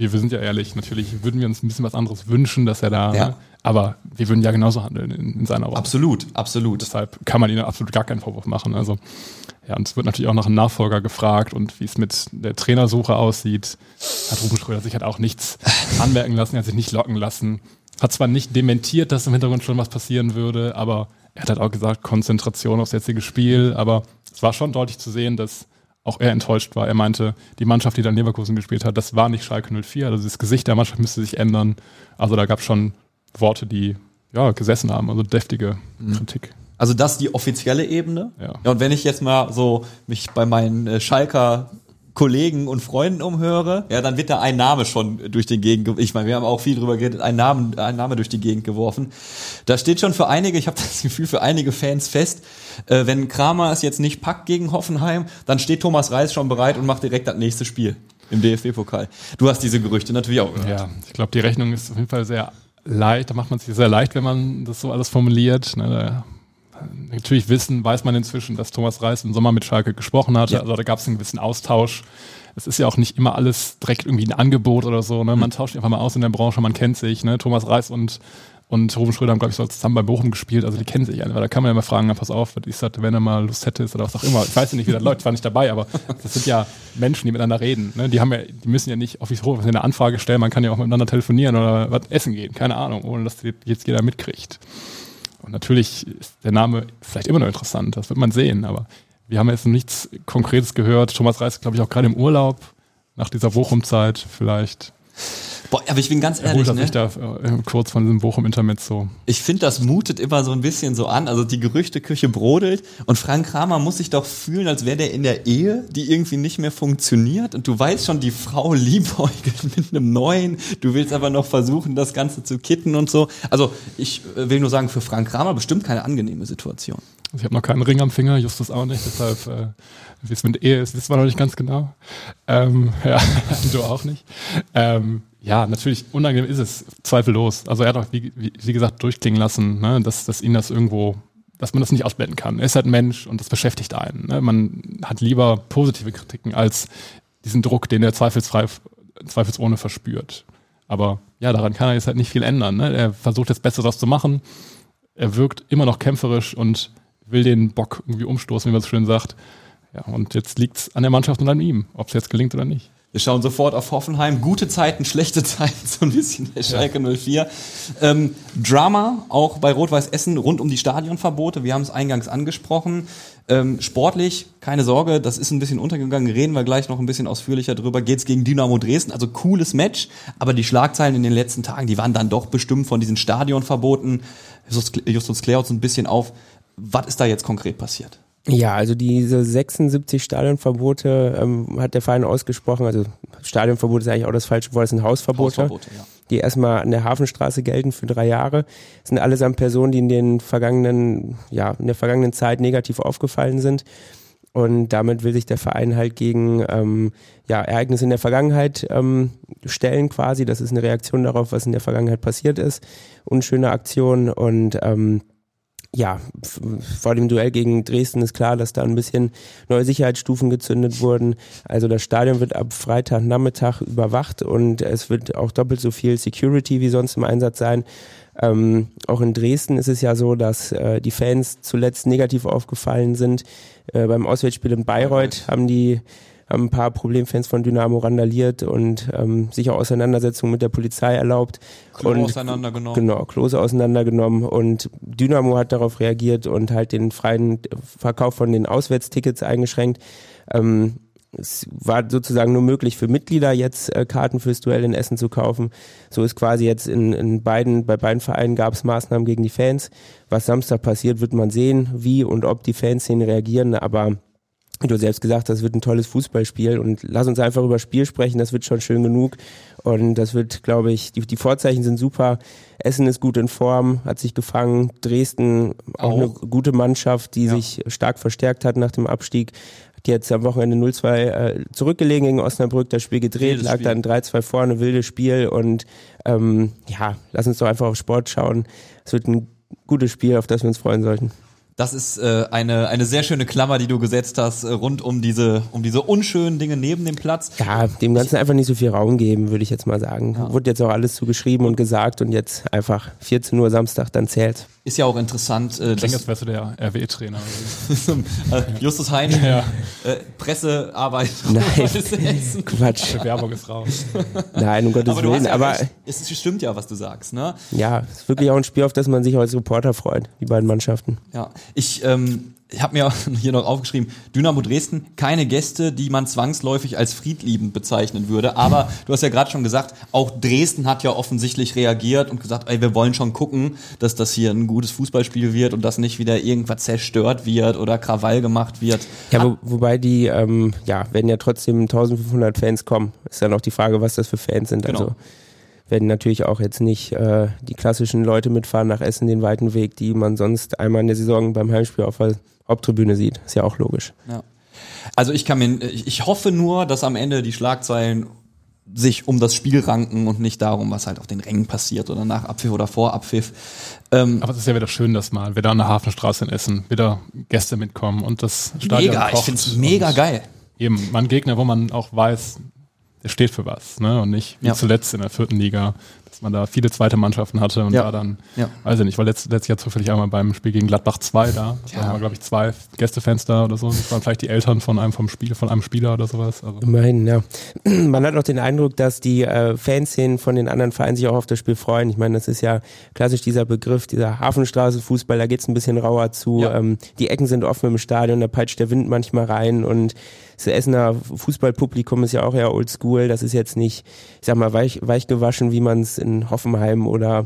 wir, wir sind ja ehrlich, natürlich würden wir uns ein bisschen was anderes wünschen, dass er da, Ja. aber wir würden ja genauso handeln in, in seiner Rolle. Absolut, absolut. Deshalb kann man ihnen absolut gar keinen Vorwurf machen. Also ja, und es wird natürlich auch nach einem Nachfolger gefragt und wie es mit der Trainersuche aussieht. Hat Ruben Schröder sich halt auch nichts anmerken lassen, er hat sich nicht locken lassen. Hat zwar nicht dementiert, dass im Hintergrund schon was passieren würde, aber er hat halt auch gesagt, Konzentration aufs jetzige Spiel. Aber es war schon deutlich zu sehen, dass auch er enttäuscht war. Er meinte, die Mannschaft, die dann Leverkusen gespielt hat, das war nicht Schalke null vier. Also das Gesicht der Mannschaft müsste sich ändern. Also da gab es schon Worte, die ja gesessen haben, also deftige mhm. Kritik. Also das ist die offizielle Ebene. Ja. Ja, und wenn ich jetzt mal so mich bei meinen äh, Schalker Kollegen und Freunden umhöre, ja, dann wird da ein Name schon durch den Gegend geworfen. Ich meine, wir haben auch viel drüber geredet, ein Name, ein Name durch die Gegend geworfen. Da steht schon für einige, ich habe das Gefühl, für einige Fans fest, äh, wenn Kramer es jetzt nicht packt gegen Hoffenheim, dann steht Thomas Reis schon bereit und macht direkt das nächste Spiel im D F B-Pokal. Du hast diese Gerüchte natürlich auch gehört. Ja, ich glaube, die Rechnung ist auf jeden Fall sehr leicht, da macht man sich sehr leicht, wenn man das so alles formuliert. Ne, da, natürlich wissen, weiß man inzwischen, dass Thomas Reis im Sommer mit Schalke gesprochen hatte, ja. Also da gab es einen gewissen Austausch. Es ist ja auch nicht immer alles direkt irgendwie ein Angebot oder so, ne? Man mhm. tauscht einfach mal aus in der Branche, man kennt sich, ne? Thomas Reis und und Ruben Schröder haben, glaube ich, so zusammen bei Bochum gespielt, also die kennen sich einfach. Da kann man ja mal fragen, na, pass auf, was ich sagte, wenn er mal Lust hätte oder was auch immer. Ich weiß ja nicht, wie das läuft, ich war nicht dabei, aber das sind ja Menschen, die miteinander reden. Ne? Die haben ja, die müssen ja nicht offiziell eine Anfrage stellen, man kann ja auch miteinander telefonieren oder was essen gehen, keine Ahnung, ohne dass jetzt jeder mitkriegt. Und natürlich ist der Name vielleicht immer noch interessant, das wird man sehen, aber wir haben jetzt noch nichts Konkretes gehört. Thomas Reis, glaube ich, auch gerade im Urlaub, nach dieser Bochum-Zeit vielleicht. Boah, aber ich bin ganz er ehrlich, holt ne? sich da äh, kurz von diesem Bochum-Intermezzo. Ich finde, das mutet immer so ein bisschen so an, also die Gerüchteküche brodelt und Frank Kramer muss sich doch fühlen, als wäre der in der Ehe, die irgendwie nicht mehr funktioniert und du weißt schon, die Frau liebäugelt mit einem neuen, du willst aber noch versuchen, das Ganze zu kitten und so. Also ich will nur sagen, für Frank Kramer bestimmt keine angenehme Situation. Also ich habe noch keinen Ring am Finger, Justus auch nicht, deshalb, äh, wie es mit Ehe ist, wissen wir noch nicht ganz genau. Ähm, ja, du auch nicht. Ähm, ja, natürlich, unangenehm ist es, zweifellos. Also er hat auch, wie, wie, wie gesagt, durchklingen lassen, ne, dass, dass ihn das irgendwo, dass man das nicht ausblenden kann. Er ist halt ein Mensch und das beschäftigt einen. Ne? Man hat lieber positive Kritiken als diesen Druck, den er zweifelsfrei, zweifelsohne verspürt. Aber ja, daran kann er jetzt halt nicht viel ändern. Ne? Er versucht jetzt Besser das zu machen. Er wirkt immer noch kämpferisch und will den Bock irgendwie umstoßen, wie man so schön sagt. Ja, und jetzt liegt es an der Mannschaft und an ihm, ob es jetzt gelingt oder nicht. Wir schauen sofort auf Hoffenheim. Gute Zeiten, schlechte Zeiten, so ein bisschen der Schalke null vier. Ähm, Drama, auch bei Rot-Weiß Essen, rund um die Stadionverbote. Wir haben es eingangs angesprochen. Ähm, sportlich, keine Sorge, das ist ein bisschen untergegangen. Reden wir gleich noch ein bisschen ausführlicher drüber. Geht's gegen Dynamo Dresden, also cooles Match. Aber die Schlagzeilen in den letzten Tagen, die waren dann doch bestimmt von diesen Stadionverboten. Justus, klär uns ein bisschen auf. Was ist da jetzt konkret passiert? Ja, also diese sechsundsiebzig Stadionverbote ähm, hat der Verein ausgesprochen. Also Stadionverbot ist eigentlich auch das falsche Wort, das sind Hausverbote, Hausverbote ja. Die erstmal an der Hafenstraße gelten für drei Jahre. Das sind allesamt Personen, die in den vergangenen, ja, in der vergangenen Zeit negativ aufgefallen sind. Und damit will sich der Verein halt gegen ähm, ja, Ereignisse in der Vergangenheit ähm, stellen quasi. Das ist eine Reaktion darauf, was in der Vergangenheit passiert ist. Unschöne Aktion und ähm, ja, vor dem Duell gegen Dresden ist klar, dass da ein bisschen neue Sicherheitsstufen gezündet wurden. Also das Stadion wird ab Freitagnachmittag überwacht und es wird auch doppelt so viel Security wie sonst im Einsatz sein. Ähm, auch in Dresden ist es ja so, dass äh, die Fans zuletzt negativ aufgefallen sind. Äh, beim Auswärtsspiel in Bayreuth haben die haben ein paar Problemfans von Dynamo randaliert und ähm, sicher Auseinandersetzungen mit der Polizei erlaubt. Klo und, auseinandergenommen. Genau, Klose auseinandergenommen und Dynamo hat darauf reagiert und halt den freien Verkauf von den Auswärtstickets eingeschränkt. Ähm, es war sozusagen nur möglich für Mitglieder jetzt äh, Karten fürs Duell in Essen zu kaufen. So ist quasi jetzt in, in beiden, bei beiden Vereinen gab es Maßnahmen gegen die Fans. Was Samstag passiert, wird man sehen, wie und ob die Fanszene reagieren, aber wie du selbst gesagt hast, das wird ein tolles Fußballspiel und lass uns einfach über das Spiel sprechen, das wird schon schön genug und das wird, glaube ich, die, die Vorzeichen sind super. Essen ist gut in Form, hat sich gefangen, Dresden auch, auch eine gute Mannschaft, die ja. sich stark verstärkt hat nach dem Abstieg, hat jetzt am Wochenende null zwei äh, zurückgelegen gegen Osnabrück, das Spiel gedreht, wildes lag Spiel. Dann drei zwei vorne, wildes Spiel und ähm, ja, lass uns doch einfach auf Sport schauen, es wird ein gutes Spiel, auf das wir uns freuen sollten. Das ist äh, eine eine sehr schöne Klammer, die du gesetzt hast, äh, rund um diese um diese unschönen Dinge neben dem Platz. Ja, dem Ganzen einfach nicht so viel Raum geben, würde ich jetzt mal sagen. Ja. Wurde jetzt auch alles zu geschrieben und gesagt und jetzt einfach vierzehn Uhr Samstag, dann zählt. Ist ja auch interessant. Äh, Klingt, als wärst du der R W E-Trainer. äh, Justus Heinz, ja. äh, Pressearbeit. Nein, Quatsch. Die Werbung ist raus. Nein, um Gottes aber Willen. Ja aber es stimmt ja, was du sagst, ne? Ja, es ist wirklich auch ein Spiel, auf das man sich als Reporter freut, die beiden Mannschaften. Ja, ich ähm, ich habe mir hier noch aufgeschrieben, Dynamo Dresden, keine Gäste, die man zwangsläufig als friedliebend bezeichnen würde. Aber du hast ja gerade schon gesagt, auch Dresden hat ja offensichtlich reagiert und gesagt, ey, wir wollen schon gucken, dass das hier ein gutes Fußballspiel wird und dass nicht wieder irgendwas zerstört wird oder Krawall gemacht wird. Ja, wo, wobei die, ähm, ja, werden ja trotzdem eintausendfünfhundert Fans kommen. Ist dann auch die Frage, was das für Fans sind. Genau. Also werden natürlich auch jetzt nicht äh, die klassischen Leute mitfahren nach Essen, den weiten Weg, die man sonst einmal in der Saison beim Heimspiel auf der Haupttribüne sieht. Ist ja auch logisch. Ja. Also ich kann mir, ich hoffe nur, dass am Ende die Schlagzeilen sich um das Spiel ranken und nicht darum, was halt auf den Rängen passiert oder nach Abpfiff oder vor Abpfiff. Ähm, Aber es ist ja wieder schön, dass mal wieder an der Hafenstraße in Essen wieder Gäste mitkommen und das Stadion mega, kocht. Ich finde es mega geil. Eben, mal ein Gegner, wo man auch weiß, der steht für was, ne? Und nicht wie ja. zuletzt in der vierten Liga, dass man da viele zweite Mannschaften hatte und ja. da dann, ja. weiß ich nicht, ich war letzt, letztes Jahr zufällig einmal beim Spiel gegen Gladbach zwei da. Da ja. waren, glaube ich, zwei Gästefans da oder so. Das waren vielleicht die Eltern von einem vom Spiel, von einem Spieler oder sowas. Also. Immerhin, ja. Man hat auch den Eindruck, dass die äh, Fanszenen von den anderen Vereinen sich auch auf das Spiel freuen. Ich meine, das ist ja klassisch dieser Begriff, dieser Hafenstraße-Fußball, da geht's ein bisschen rauer zu. Ja. Ähm, die Ecken sind offen im Stadion, da peitscht der Wind manchmal rein und das Essener Fußballpublikum ist ja auch eher oldschool. Das ist jetzt nicht, ich sag mal, weich, weich gewaschen, wie man es in Hoffenheim oder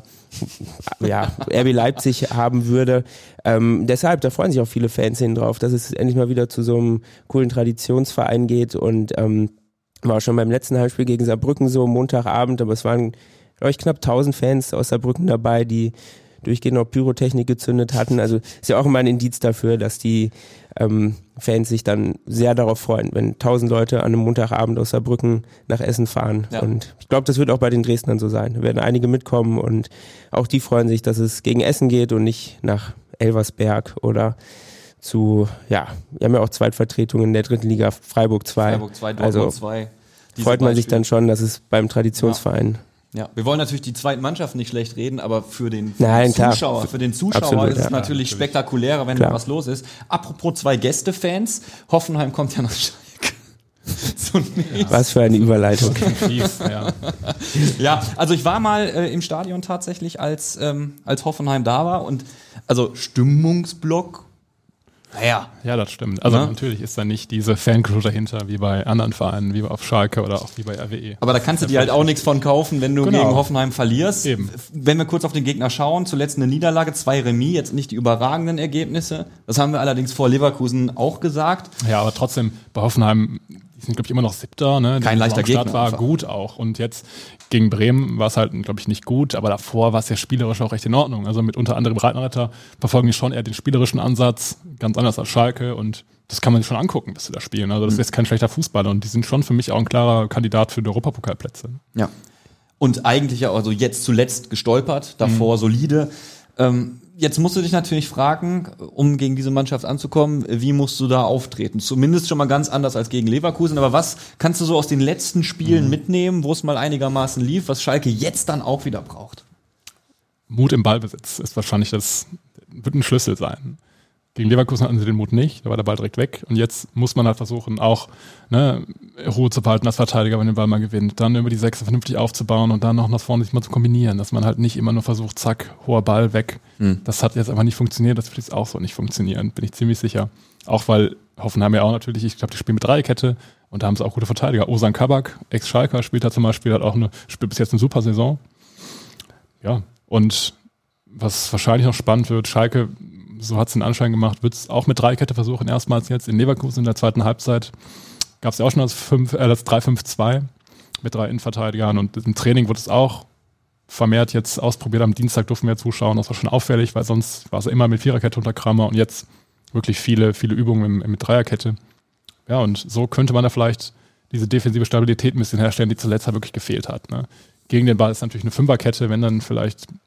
ja, R B Leipzig haben würde. Ähm, deshalb, da freuen sich auch viele Fans hin drauf, dass es endlich mal wieder zu so einem coolen Traditionsverein geht und ähm, war auch schon beim letzten Heimspiel gegen Saarbrücken so, Montagabend, aber es waren, glaube ich, knapp tausend Fans aus Saarbrücken dabei, die durchgehend auch Pyrotechnik gezündet hatten. Also ist ja auch immer ein Indiz dafür, dass die ähm, Fans sich dann sehr darauf freuen, wenn tausend Leute an einem Montagabend aus Saarbrücken nach Essen fahren. Ja. Und ich glaube, das wird auch bei den Dresdnern so sein. Da werden einige mitkommen und auch die freuen sich, dass es gegen Essen geht und nicht nach Elversberg oder zu, ja, wir haben ja auch Zweitvertretungen in der dritten Liga, Freiburg zwei. Freiburg zwei, Dortmund also zwei. Freut man sich dann schon, dass es beim Traditionsverein ja. Ja, wir wollen natürlich die zweiten Mannschaften nicht schlecht reden, aber für den, für Nein, den klar. Zuschauer, für den Zuschauer Absolut, ist es ja. natürlich Ja, spektakulärer, wenn klar. da was los ist. Apropos zwei Gästefans, Hoffenheim kommt ja nach Schalke. Zunächst. Was für eine Überleitung. Fies, ja. Ja, also ich war mal äh, im Stadion tatsächlich, als, ähm, als Hoffenheim da war und also Stimmungsblock, naja. Ja, das stimmt. Also Ja. natürlich ist da nicht diese Fancrew dahinter, wie bei anderen Vereinen, wie auf Schalke oder auch wie bei R W E. Aber da kannst du dir halt auch nichts von kaufen, wenn du Genau. gegen Hoffenheim verlierst. Eben. Wenn wir kurz auf den Gegner schauen, zuletzt eine Niederlage, zwei Remis, jetzt nicht die überragenden Ergebnisse. Das haben wir allerdings vor Leverkusen auch gesagt. Ja, aber trotzdem, bei Hoffenheim, die sind, glaube ich, immer noch Siebter. Ne? Kein Die leichter Saison am Start Gegner war einfach. gut auch. Und jetzt gegen Bremen war es halt, glaube ich, nicht gut, aber davor war es ja spielerisch auch recht in Ordnung. Also mit unter anderem Breitenreiter verfolgen die schon eher den spielerischen Ansatz, ganz anders als Schalke. Und das kann man sich schon angucken, bis sie da spielen. Also das ist jetzt kein schlechter Fußballer. Und die sind schon für mich auch ein klarer Kandidat für die Europapokalplätze. Ja. Und eigentlich ja also jetzt zuletzt gestolpert, davor solide. Ähm, jetzt musst du dich natürlich fragen, um gegen diese Mannschaft anzukommen, wie musst du da auftreten? Zumindest schon mal ganz anders als gegen Leverkusen. Aber was kannst du so aus den letzten Spielen mhm. mitnehmen, wo es mal einigermaßen lief, was Schalke jetzt dann auch wieder braucht? Mut im Ballbesitz ist wahrscheinlich das, wird ein Schlüssel sein. Gegen Leverkusen hatten sie den Mut nicht, da war der Ball direkt weg. Und jetzt muss man halt versuchen, auch ne, Ruhe zu behalten als Verteidiger, wenn der Ball mal gewinnt. Dann über die Sechse vernünftig aufzubauen und dann noch nach vorne sich mal zu kombinieren. Dass man halt nicht immer nur versucht, zack, hoher Ball, weg. Mhm. Das hat jetzt einfach nicht funktioniert, das wird jetzt auch so nicht funktionieren, bin ich ziemlich sicher. Auch weil Hoffenheim ja auch natürlich, ich glaube, die spielen mit Dreierkette und da haben sie auch gute Verteidiger. Ozan Kabak, Ex-Schalker, spielt da zum Beispiel, hat auch eine, spielt bis jetzt eine super Saison. Ja, und was wahrscheinlich noch spannend wird, Schalke, so hat es den Anschein gemacht, wird es auch mit Dreikette versuchen, erstmals jetzt in Leverkusen in der zweiten Halbzeit. Gab es ja auch schon das, fünf, äh, das drei fünf zwei mit drei Innenverteidigern und im Training wurde es auch vermehrt jetzt ausprobiert. Am Dienstag durften wir zuschauen, das war schon auffällig, weil sonst war es ja immer mit Viererkette unter Kramer und jetzt wirklich viele, viele Übungen mit, mit Dreierkette. Ja, und so könnte man da vielleicht diese defensive Stabilität ein bisschen herstellen, die zuletzt halt wirklich gefehlt hat. Ne? Gegen den Ball ist natürlich eine Fünferkette, wenn dann vielleicht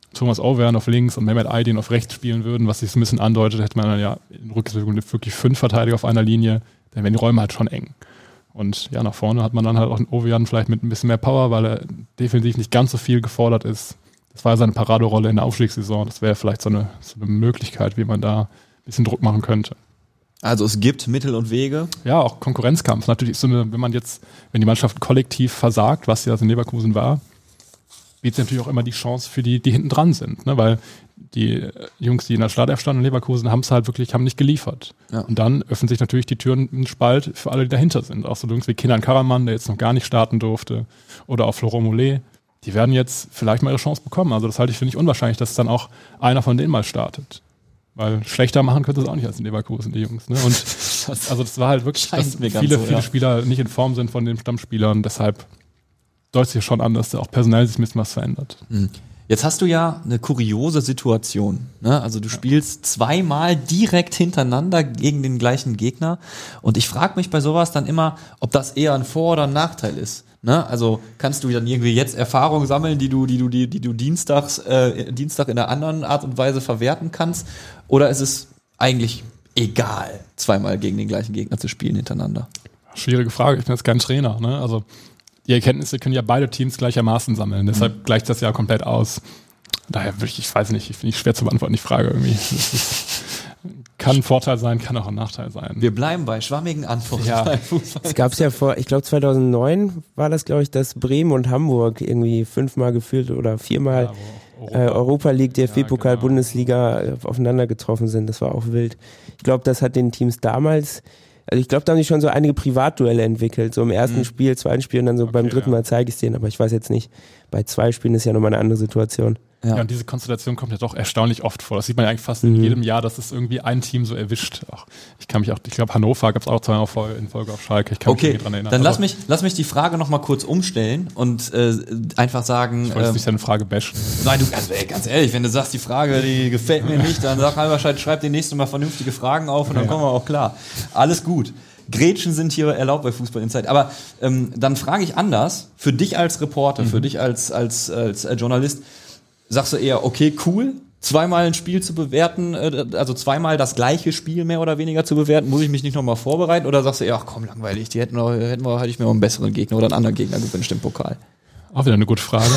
Thomas Overn auf links und Mehmet Aydin auf rechts spielen würden, was sich so ein bisschen andeutet, hätte man dann ja in Rückwirkung wirklich fünf Verteidiger auf einer Linie, dann wären die Räume halt schon eng. Und ja, nach vorne hat man dann halt auch einen Overn vielleicht mit ein bisschen mehr Power, weil er defensiv nicht ganz so viel gefordert ist. Das war ja seine Paraderolle in der Aufstiegssaison. Das wäre vielleicht so eine, so eine Möglichkeit, wie man da ein bisschen Druck machen könnte. Also es gibt Mittel und Wege. Ja, auch Konkurrenzkampf. Natürlich ist so eine, wenn man jetzt, wenn die Mannschaft kollektiv versagt, was ja in Leverkusen war, bietet es natürlich auch immer die Chance für die, die hinten dran sind, ne? Weil die Jungs, die in der Startelf standen in Leverkusen, haben es halt wirklich, haben nicht geliefert. Ja. Und dann öffnen sich natürlich die Türen einen Spalt für alle, die dahinter sind. Auch so Jungs wie Kenan Karaman, der jetzt noch gar nicht starten durfte, oder auch Florent Mollet, die werden jetzt vielleicht mal ihre Chance bekommen. Also das halte ich für nicht unwahrscheinlich, dass dann auch einer von denen mal startet. Weil schlechter machen könnte es auch nicht als in Leverkusen, die Jungs. Ne? Und also das war halt wirklich, dass viele, so, viele ja. Spieler nicht in Form sind von den Stammspielern. Deshalb deutet sich schon an, dass da auch personell sich ein bisschen was verändert. Mhm. Jetzt hast du ja eine kuriose Situation. Ne? Also du ja. spielst zweimal direkt hintereinander gegen den gleichen Gegner. Und ich frage mich bei sowas dann immer, ob das eher ein Vor- oder ein Nachteil ist. Ne? Also kannst du dann irgendwie jetzt Erfahrungen sammeln, die du, die du, die, die du dienstags, äh, Dienstag in einer anderen Art und Weise verwerten kannst? Oder ist es eigentlich egal, zweimal gegen den gleichen Gegner zu spielen hintereinander? Schwierige Frage. Ich bin jetzt kein Trainer. Ne? Also die Erkenntnisse können ja beide Teams gleichermaßen sammeln. Deshalb mhm. gleicht das ja komplett aus. Daher würde ich, ich weiß nicht, finde ich schwer zu beantworten, die Frage irgendwie. Das ist, kann ein Vorteil sein, kann auch ein Nachteil sein. Wir bleiben bei schwammigen Antworten. Ja. Es gab es ja vor, ich glaube zweitausendneun war das, glaube ich, dass Bremen und Hamburg irgendwie fünfmal gefühlt oder viermal ja, Europa. Äh, Europa League, D F B-Pokal, ja, genau. Bundesliga äh, aufeinander getroffen sind. Das war auch wild. Ich glaube, das hat den Teams damals, also ich glaube, da haben die schon so einige Privatduelle entwickelt. So im ersten mhm. Spiel, zweiten Spiel und dann so okay, beim dritten ja. Mal zeige ich es denen. Aber ich weiß jetzt nicht, bei zwei Spielen ist ja nochmal eine andere Situation. Ja. ja, und diese Konstellation kommt ja doch erstaunlich oft vor. Das sieht man ja eigentlich fast mhm. in jedem Jahr, dass es irgendwie ein Team so erwischt. Ach, ich kann mich auch, ich glaube, Hannover gab es auch zweimal in Folge auf Schalke. Ich kann okay, mich dran erinnern. Dann lass mich, lass mich die Frage nochmal kurz umstellen und äh, einfach sagen. Ich wollte jetzt nicht deine Frage bashen. Nein, du, also, ey, ganz ehrlich, wenn du sagst, die Frage, die gefällt mir nicht, dann sag Halberscheid, schreib dir nächstes Mal vernünftige Fragen auf und dann ja. kommen wir auch klar. Alles gut. Grätschen sind hier erlaubt bei Fußball Insight. Aber ähm, dann frage ich anders, für dich als Reporter, mhm. für dich als, als, als, als Journalist, sagst du eher, okay, cool, zweimal ein Spiel zu bewerten, also zweimal das gleiche Spiel mehr oder weniger zu bewerten, muss ich mich nicht nochmal vorbereiten? Oder sagst du eher, ach komm, langweilig, die hätten wir, hätten wir, hätte ich mir auch einen besseren Gegner oder einen anderen Gegner gewünscht im Pokal? Auch wieder eine gute Frage.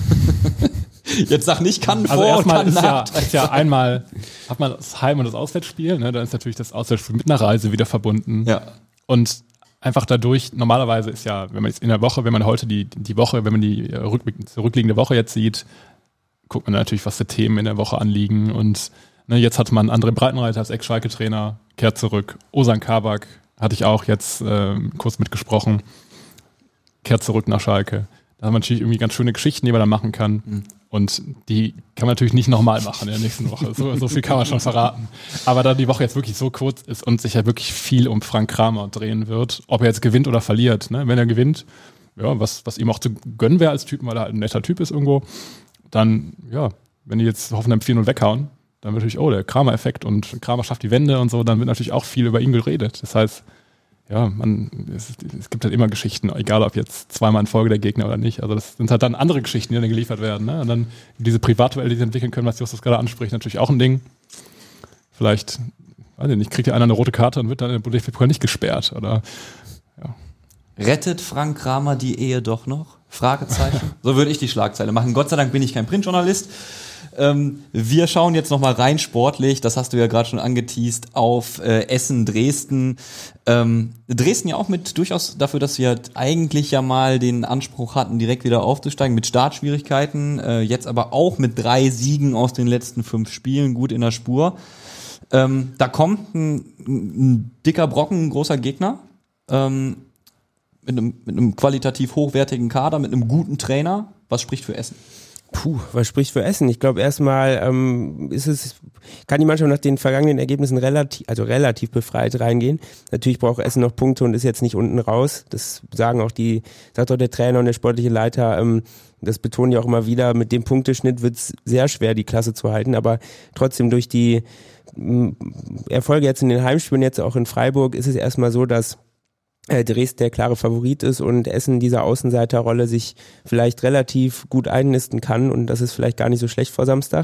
Jetzt sag nicht, kann also vor und kann ist nach. Ja, ist ja einmal, hat man das Heim- und das Auswärtsspiel, ne? Dann ist natürlich das Auswärtsspiel mit einer Reise wieder verbunden. Ja. Und einfach dadurch, normalerweise ist ja, wenn man jetzt in der Woche, wenn man heute die, die Woche, wenn man die rück, zurückliegende Woche jetzt sieht, guckt man natürlich, was für Themen in der Woche anliegen. Und ne, jetzt hat man André Breitenreiter als Ex-Schalke-Trainer, kehrt zurück. Ozan Kabak hatte ich auch jetzt äh, kurz mitgesprochen, kehrt zurück nach Schalke. Da haben wir natürlich irgendwie ganz schöne Geschichten, die man da machen kann. Mhm. Und die kann man natürlich nicht nochmal machen in der nächsten Woche. So, so viel kann man schon verraten. Aber da die Woche jetzt wirklich so kurz ist und sich ja wirklich viel um Frank Kramer drehen wird, ob er jetzt gewinnt oder verliert. Ne? Wenn er gewinnt, ja, was, was ihm auch zu gönnen wäre als Typen, weil er halt ein netter Typ ist irgendwo, dann, ja, wenn die jetzt Hoffenheim vier null weghauen, dann wird natürlich, oh, der Kramer-Effekt und Kramer schafft die Wende und so, dann wird natürlich auch viel über ihn geredet. Das heißt, ja, man, es, es gibt halt immer Geschichten, egal ob jetzt zweimal in Folge der Gegner oder nicht. Also das sind halt dann andere Geschichten, die dann geliefert werden. Ne? Und dann diese Privatduelle, die sie entwickeln können, was Justus gerade anspricht, natürlich auch ein Ding. Vielleicht, weiß ich nicht, kriegt ja einer eine rote Karte und wird dann in der D F B-Pokal nicht gesperrt. Oder, ja. Rettet Frank Kramer die Ehe doch noch? Fragezeichen. So würde ich die Schlagzeile machen. Gott sei Dank bin ich kein Printjournalist. Ähm, wir schauen jetzt nochmal rein sportlich, das hast du ja gerade schon angeteast, auf äh, Essen, Dresden. Ähm, Dresden ja auch mit durchaus dafür, dass wir eigentlich ja mal den Anspruch hatten, direkt wieder aufzusteigen mit Startschwierigkeiten, äh, jetzt aber auch mit drei Siegen aus den letzten fünf Spielen gut in der Spur. Ähm, da kommt ein, ein dicker Brocken, ein großer Gegner, ähm, mit einem, mit einem qualitativ hochwertigen Kader, mit einem guten Trainer. Was spricht für Essen? Puh, was spricht für Essen? Ich glaube erstmal ähm, ist es, kann die Mannschaft nach den vergangenen Ergebnissen relativ, also relativ befreit reingehen. Natürlich braucht Essen noch Punkte und ist jetzt nicht unten raus. Das sagen auch die, sagt auch der Trainer und der sportliche Leiter, ähm, das betonen ja auch immer wieder, mit dem Punkteschnitt wird es sehr schwer, die Klasse zu halten, aber trotzdem durch die m, Erfolge jetzt in den Heimspielen, jetzt auch in Freiburg, ist es erstmal so, dass äh, Dresden der klare Favorit ist und Essen dieser Außenseiterrolle sich vielleicht relativ gut einnisten kann und das ist vielleicht gar nicht so schlecht vor Samstag.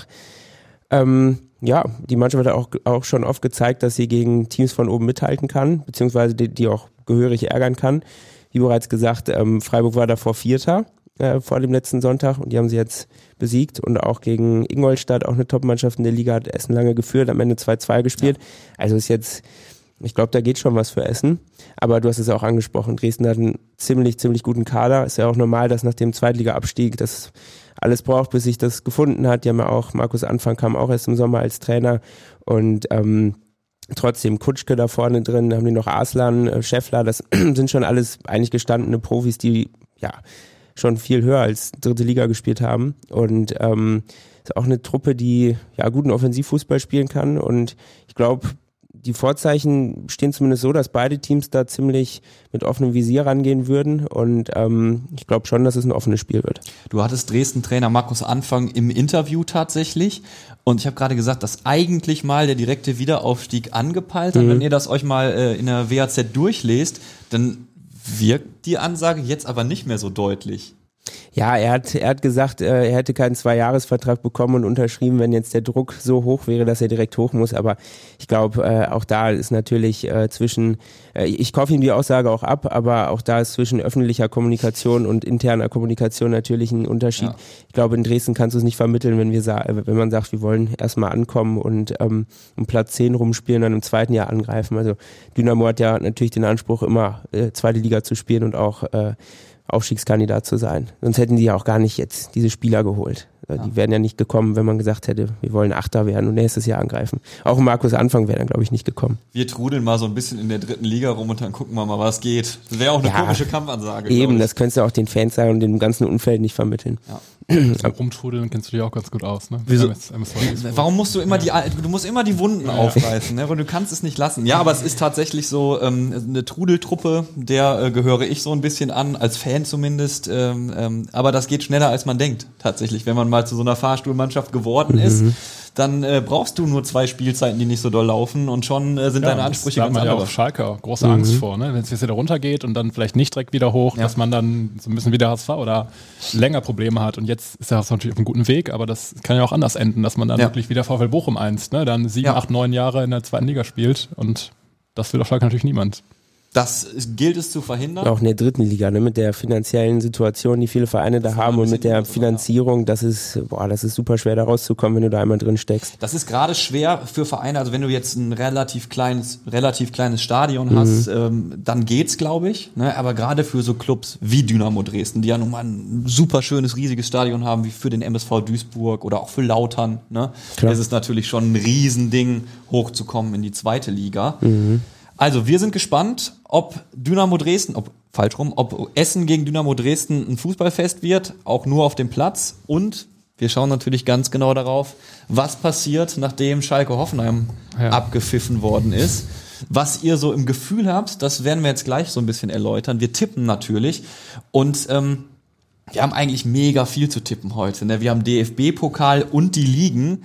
Ähm, ja, die Mannschaft hat auch, auch schon oft gezeigt, dass sie gegen Teams von oben mithalten kann, beziehungsweise die, die auch gehörig ärgern kann. Wie bereits gesagt, ähm, Freiburg war davor Vierter äh, vor dem letzten Sonntag und die haben sie jetzt besiegt und auch gegen Ingolstadt, auch eine Top-Mannschaft in der Liga, hat Essen lange geführt, am Ende zwei zwei gespielt. Ja. Also ist jetzt, ich glaube, da geht schon was für Essen. Aber du hast es ja auch angesprochen, Dresden hat einen ziemlich, ziemlich guten Kader. Ist ja auch normal, dass nach dem Zweitliga-Abstieg das alles braucht, bis sich das gefunden hat. Die haben ja auch, Markus Anfang kam auch erst im Sommer als Trainer und ähm, trotzdem Kutschke da vorne drin, haben die noch Arslan, äh, Scheffler, das sind schon alles eigentlich gestandene Profis, die ja schon viel höher als dritte Liga gespielt haben und ähm, ist auch eine Truppe, die ja guten Offensivfußball spielen kann und ich glaube, die Vorzeichen stehen zumindest so, dass beide Teams da ziemlich mit offenem Visier rangehen würden und ähm, ich glaube schon, dass es ein offenes Spiel wird. Du hattest Dresden-Trainer Markus Anfang im Interview tatsächlich und ich habe gerade gesagt, dass eigentlich mal der direkte Wiederaufstieg angepeilt hat. Mhm. Wenn ihr das euch mal äh, in der W A Z durchlest, dann wirkt die Ansage jetzt aber nicht mehr so deutlich. Ja, er hat, er hat gesagt, er hätte keinen Zwei-Jahres-Vertrag bekommen und unterschrieben, wenn jetzt der Druck so hoch wäre, dass er direkt hoch muss. Aber ich glaube, äh, auch da ist natürlich äh, zwischen, äh, ich kaufe ihm die Aussage auch ab, aber auch da ist zwischen öffentlicher Kommunikation und interner Kommunikation natürlich ein Unterschied. Ja. Ich glaube, in Dresden kannst du es nicht vermitteln, wenn wir sa- wenn man sagt, wir wollen erstmal ankommen und ähm, um Platz zehn rumspielen und dann im zweiten Jahr angreifen. Also Dynamo hat ja natürlich den Anspruch, immer äh, zweite Liga zu spielen und auch äh, Aufstiegskandidat zu sein. Sonst hätten die ja auch gar nicht jetzt diese Spieler geholt. Ja. Die wären ja nicht gekommen, wenn man gesagt hätte, wir wollen Achter werden und nächstes Jahr angreifen. Auch Markus Anfang wäre dann, glaube ich, nicht gekommen. Wir trudeln mal so ein bisschen in der dritten Liga rum und dann gucken wir mal, was geht. Das wäre auch eine ja, komische Kampfansage. Eben, das könntest du auch den Fans sagen und dem ganzen Umfeld nicht vermitteln. Ja. So rumtrudeln kennst du dich auch ganz gut aus, ne? Wieso? Warum musst du immer die, du musst immer die Wunden ja. aufreißen, ne? Und du kannst es nicht lassen. Ja, aber es ist tatsächlich so ähm, eine Trudeltruppe, der äh, gehöre ich so ein bisschen an, als Fan zumindest. Ähm, ähm, aber das geht schneller, als man denkt, tatsächlich. Wenn man mal zu so einer Fahrstuhlmannschaft geworden ist, mhm. dann äh, brauchst du nur zwei Spielzeiten, die nicht so doll laufen und schon äh, sind ja, deine Ansprüche ganz andere. Da hat man ja auf Schalke große mhm. Angst vor, ne? Wenn es jetzt wieder runtergeht und dann vielleicht nicht direkt wieder hoch, ja. dass man dann so ein bisschen wie der H S V oder länger Probleme hat. Und jetzt ist der H S V natürlich auf einem guten Weg, aber das kann ja auch anders enden, dass man dann ja. wirklich wieder VfL Bochum einst, ne? Dann sieben, ja. acht, neun Jahre in der zweiten Liga spielt und das will auf Schalke natürlich niemand. Das gilt es zu verhindern. Auch in der dritten Liga, ne, mit der finanziellen Situation, die viele Vereine da haben und mit der Finanzierung, das ist, boah, das ist super schwer da rauszukommen, wenn du da einmal drin steckst. Das ist gerade schwer für Vereine, also wenn du jetzt ein relativ kleines, relativ kleines Stadion mhm. hast, ähm, dann geht's, glaube ich, ne, aber gerade für so Clubs wie Dynamo Dresden, die ja nun mal ein super schönes, riesiges Stadion haben, wie für den M S V Duisburg oder auch für Lautern, ne, ist es natürlich schon ein Riesending, hochzukommen in die zweite Liga. Mhm. Also, wir sind gespannt, ob Dynamo Dresden, ob, falsch rum, ob Essen gegen Dynamo Dresden ein Fußballfest wird, auch nur auf dem Platz. Und wir schauen natürlich ganz genau darauf, was passiert, nachdem Schalke Hoffenheim ja. abgepfiffen worden ist. Was ihr so im Gefühl habt, das werden wir jetzt gleich so ein bisschen erläutern. Wir tippen natürlich und ähm, wir haben eigentlich mega viel zu tippen heute. Ne? Wir haben D F B-Pokal und die Ligen.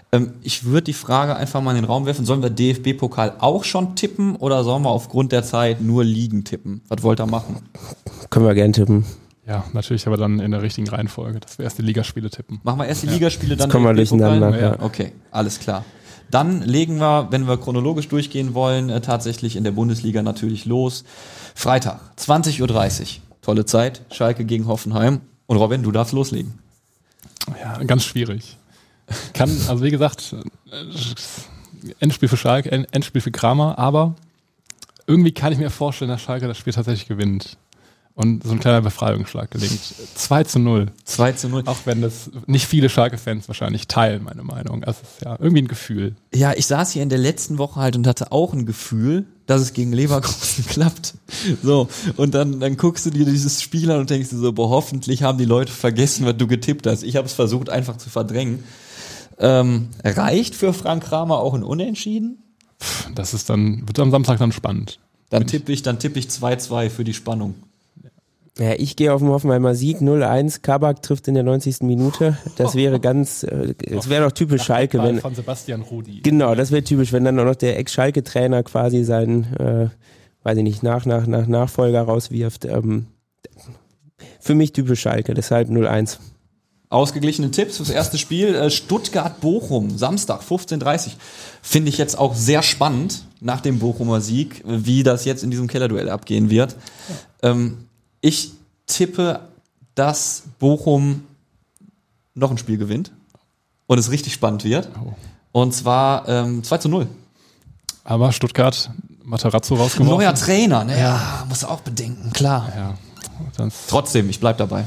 Ich würde die Frage einfach mal in den Raum werfen, sollen wir D F B-Pokal auch schon tippen oder sollen wir aufgrund der Zeit nur Ligen tippen? Was wollt ihr machen? Können wir gerne tippen. Ja, natürlich, aber dann in der richtigen Reihenfolge, dass wir erst die Ligaspiele tippen. Machen wir erst die ja. Ligaspiele, dann das kommen wir durcheinander. Ja. Okay, alles klar. Dann legen wir, wenn wir chronologisch durchgehen wollen, äh, tatsächlich in der Bundesliga natürlich los. Freitag, zwanzig Uhr dreißig. Tolle Zeit, Schalke gegen Hoffenheim. Und Robin, du darfst loslegen. Ja, ganz schwierig. Kann, also wie gesagt, Endspiel für Schalke, Endspiel für Kramer, aber irgendwie kann ich mir vorstellen, dass Schalke das Spiel tatsächlich gewinnt. Und so ein kleiner Befreiungsschlag gelingt. zwei zu null. zwei zu null. Auch wenn das nicht viele Schalke-Fans wahrscheinlich teilen, meine Meinung. Also es ist ja irgendwie ein Gefühl. Ja, ich saß hier in der letzten Woche halt und hatte auch ein Gefühl, dass es gegen Leverkusen klappt. So, und dann, dann guckst du dir dieses Spiel an und denkst dir so, boah, hoffentlich haben die Leute vergessen, was du getippt hast. Ich habe es versucht, einfach zu verdrängen. Ähm, reicht für Frank Kramer auch ein Unentschieden? Pff, das ist dann, wird am Samstag dann spannend. Dann tippe ich, dann tippe ich zwei zwei für die Spannung. Ja, ich gehe auf den Hoffenheimer Sieg, null eins, Kabak trifft in der neunzigsten Minute. Das wäre ganz, äh, das wäre doch typisch Schalke, wenn, von Sebastian Rudi. Genau, das wäre typisch, wenn dann auch noch der Ex-Schalke-Trainer quasi seinen, äh, weiß ich nicht, nach, nach, nach Nachfolger rauswirft. Ähm, für mich typisch Schalke, deshalb null eins. Ausgeglichene Tipps fürs erste Spiel. Stuttgart-Bochum, Samstag, fünfzehn Uhr dreißig. Finde ich jetzt auch sehr spannend, nach dem Bochumer Sieg, wie das jetzt in diesem Kellerduell abgehen wird. Ja. Ähm, ich tippe, dass Bochum noch ein Spiel gewinnt und es richtig spannend wird. Oh. Und zwar ähm, zwei zu null. Aber Stuttgart, Matarazzo rausgeworfen. Neuer Trainer, ne? Ja, muss auch bedenken, klar. Ja. Trotzdem, ich bleib dabei.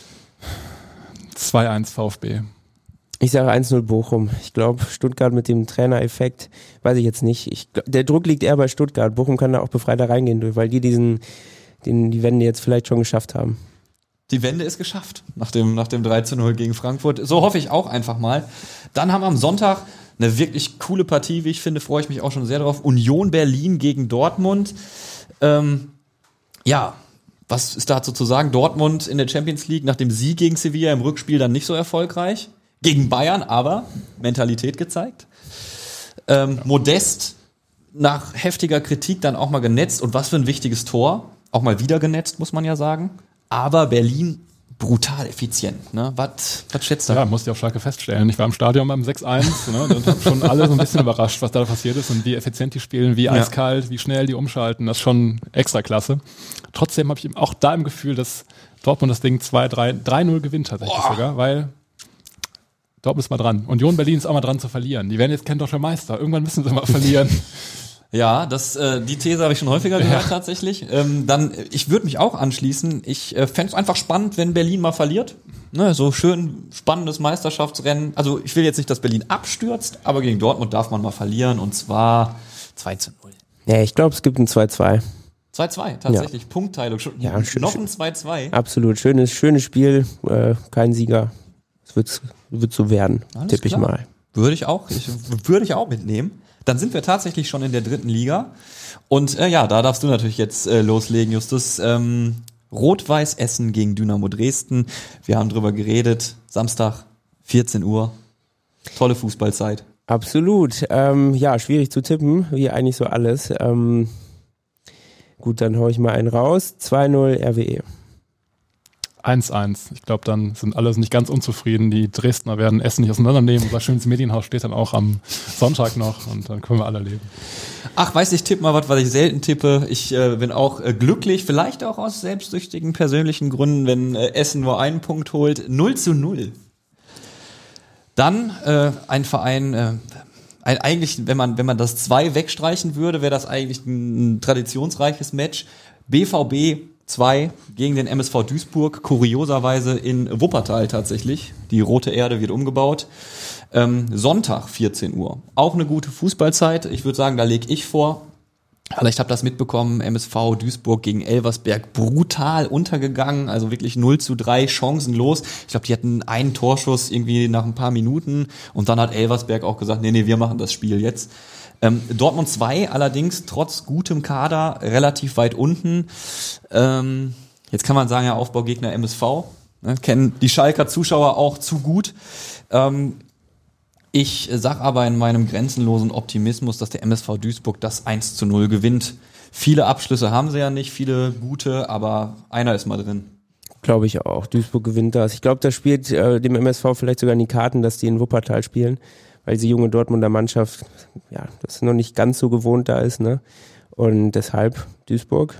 zwei eins VfB. Ich sage eins null Bochum. Ich glaube, Stuttgart mit dem Trainereffekt, weiß ich jetzt nicht. Ich, der Druck liegt eher bei Stuttgart. Bochum kann da auch befreiter reingehen, weil die diesen, den, die Wende jetzt vielleicht schon geschafft haben. Die Wende ist geschafft nach dem, nach dem drei zu null gegen Frankfurt. So hoffe ich auch einfach mal. Dann haben wir am Sonntag eine wirklich coole Partie, wie ich finde, freue ich mich auch schon sehr drauf. Union Berlin gegen Dortmund. Ähm, ja, was ist dazu zu sagen? Dortmund in der Champions League nach dem Sieg gegen Sevilla im Rückspiel dann nicht so erfolgreich. Gegen Bayern aber Mentalität gezeigt. Ähm, Modest nach heftiger Kritik dann auch mal genetzt. Und was für ein wichtiges Tor. Auch mal wieder genetzt, muss man ja sagen. Aber Berlin brutal effizient. Ne? Was, was schätzt du? Ja, musste ich auf Schalke feststellen. Ich war im Stadion beim sechs eins. Ne? Da haben schon alle so ein bisschen überrascht, was da passiert ist und wie effizient die spielen, wie ja. eiskalt, wie schnell die umschalten. Das ist schon extra klasse. Trotzdem habe ich auch da im Gefühl, dass Dortmund das Ding zwei drei, drei null gewinnt tatsächlich Boah. sogar, weil Dortmund ist mal dran. Union Berlin ist auch mal dran zu verlieren. Die werden jetzt kein deutscher Meister. Irgendwann müssen sie mal verlieren. Ja, das, äh, die These habe ich schon häufiger gehört ja. tatsächlich. Ähm, dann, ich würde mich auch anschließen. Ich äh, fände es einfach spannend, wenn Berlin mal verliert. Ne, so schön spannendes Meisterschaftsrennen. Also ich will jetzt nicht, dass Berlin abstürzt, aber gegen Dortmund darf man mal verlieren und zwar zwei zu null. Ja, ich glaube, es gibt ein zwei zwei. zwei zwei, tatsächlich. Ja. Punktteilung. Ja, schön, noch ein zwei zwei. Absolut, schönes, schönes Spiel. Äh, kein Sieger. Es wird, wird so werden, tippe ich mal. Würde ich auch. Ich, würde ich auch mitnehmen. Dann sind wir tatsächlich schon in der dritten Liga. Und äh, ja, da darfst du natürlich jetzt äh, loslegen, Justus. Ähm, Rot-Weiß Essen gegen Dynamo Dresden. Wir haben drüber geredet. Samstag, vierzehn Uhr. Tolle Fußballzeit. Absolut. Ähm, ja, schwierig zu tippen, wie eigentlich so alles. Ähm, gut, dann hau ich mal einen raus. zwei null R W E. eins eins. Ich glaube, dann sind alle nicht ganz unzufrieden. Die Dresdner werden Essen nicht auseinandernehmen. Unser schönes Medienhaus steht dann auch am Sonntag noch und dann können wir alle leben. Ach, weiß ich, tippe mal was, was ich selten tippe. Ich äh, bin auch äh, glücklich, vielleicht auch aus selbstsüchtigen persönlichen Gründen, wenn äh, Essen nur einen Punkt holt. null zu null. Dann äh, ein Verein, äh, ein, eigentlich, wenn man, wenn man das zwei wegstreichen würde, wäre das eigentlich ein, ein traditionsreiches Match. B V B zwei gegen den M S V Duisburg, kurioserweise in Wuppertal tatsächlich. Die Rote Erde wird umgebaut. Ähm, Sonntag, vierzehn Uhr. Auch eine gute Fußballzeit. Ich würde sagen, da lege ich vor. Vielleicht habt ihr das mitbekommen, M S V Duisburg gegen Elversberg brutal untergegangen, also wirklich null zu drei, chancenlos. Ich glaube, die hatten einen Torschuss irgendwie nach ein paar Minuten und dann hat Elversberg auch gesagt, nee, nee, wir machen das Spiel jetzt. Ähm, Dortmund zwei allerdings trotz gutem Kader relativ weit unten. Ähm, jetzt kann man sagen, ja, Aufbaugegner M S V. Ne, kennen die Schalker Zuschauer auch zu gut. Ähm, ich sag aber in meinem grenzenlosen Optimismus, dass der M S V Duisburg das eins zu null gewinnt. Viele Abschlüsse haben sie ja nicht, viele gute, aber einer ist mal drin. Glaube ich auch. Duisburg gewinnt das. Ich glaube, das spielt äh, dem M S V vielleicht sogar in die Karten, dass die in Wuppertal spielen, weil die junge Dortmunder Mannschaft, ja, das noch nicht ganz so gewohnt da ist, ne? Und deshalb Duisburg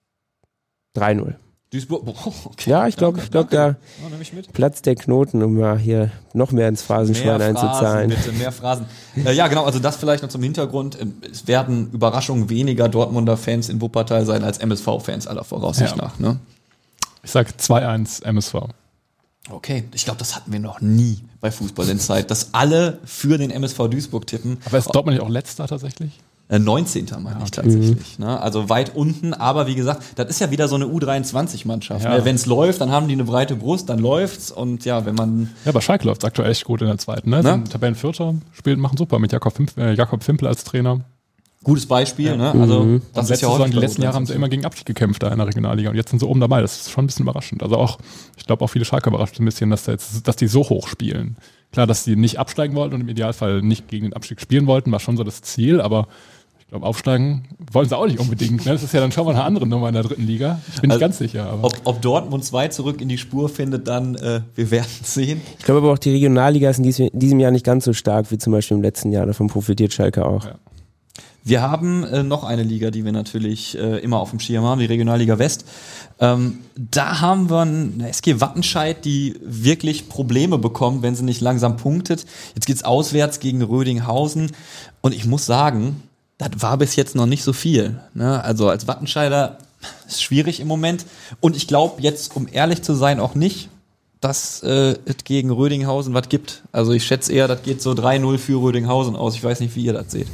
drei null. Duisburg, boah, okay. Ja, ich glaube, ich glaube, da ja, platzt der Knoten, um mal hier noch mehr ins Phrasenschwein einzuzahlen. Bitte, mehr Phrasen. äh, ja, genau, also das vielleicht noch zum Hintergrund. Es werden Überraschungen weniger Dortmunder Fans in Wuppertal sein als M S V-Fans aller Voraussicht ja. nach, ne? Ich sag zwei eins M S V. Okay, ich glaube, das hatten wir noch nie bei Fußball in Zeit, dass alle für den M S V Duisburg tippen. Aber ist Dortmund nicht auch letzter tatsächlich? Äh, neunzehnter meine ja, ich tatsächlich. Mhm. Ne? Also weit unten, aber wie gesagt, das ist ja wieder so eine U dreiundzwanzig-Mannschaft. Ja. Ne? Wenn es läuft, dann haben die eine breite Brust, dann läuft's und ja, wenn man... Ja, bei Schalke läuft's aktuell echt gut in der zweiten. Ne? ne? Tabellenvierter, spielen, machen super mit Jakob, Fimp, äh, Jakob Fimpel als Trainer. Gutes Beispiel, ja. ne? Also mhm. das ist ja Saison, die letzten Jahre haben sie immer gegen Abstieg gekämpft da in der Regionalliga und jetzt sind sie oben dabei. Das ist schon ein bisschen überraschend. Also auch, ich glaube auch viele Schalke überrascht ein bisschen, dass, da jetzt, dass die so hoch spielen. Klar, dass die nicht absteigen wollten und im Idealfall nicht gegen den Abstieg spielen wollten, war schon so das Ziel, aber ich Ich glaube, aufsteigen wollen sie auch nicht unbedingt. Ne? Das ist ja dann schon mal eine andere Nummer in der dritten Liga. Ich bin also, nicht ganz sicher. Aber. Ob, ob Dortmund zwei zurück in die Spur findet, dann äh, wir werden sehen. Ich glaube aber auch, die Regionalliga ist in diesem, diesem Jahr nicht ganz so stark wie zum Beispiel im letzten Jahr. Davon profitiert Schalke auch. Ja. Wir haben äh, noch eine Liga, die wir natürlich äh, immer auf dem Schirm haben, die Regionalliga West. Ähm, da haben wir eine S G Wattenscheid, die wirklich Probleme bekommt, wenn sie nicht langsam punktet. Jetzt geht's auswärts gegen Rödinghausen. Und ich muss sagen, das war bis jetzt noch nicht so viel. Ne? Also als Wattenscheider ist schwierig im Moment. Und ich glaube jetzt, um ehrlich zu sein, auch nicht, dass äh, es gegen Rödinghausen was gibt. Also ich schätze eher, das geht so drei null für Rödinghausen aus. Ich weiß nicht, wie ihr das seht.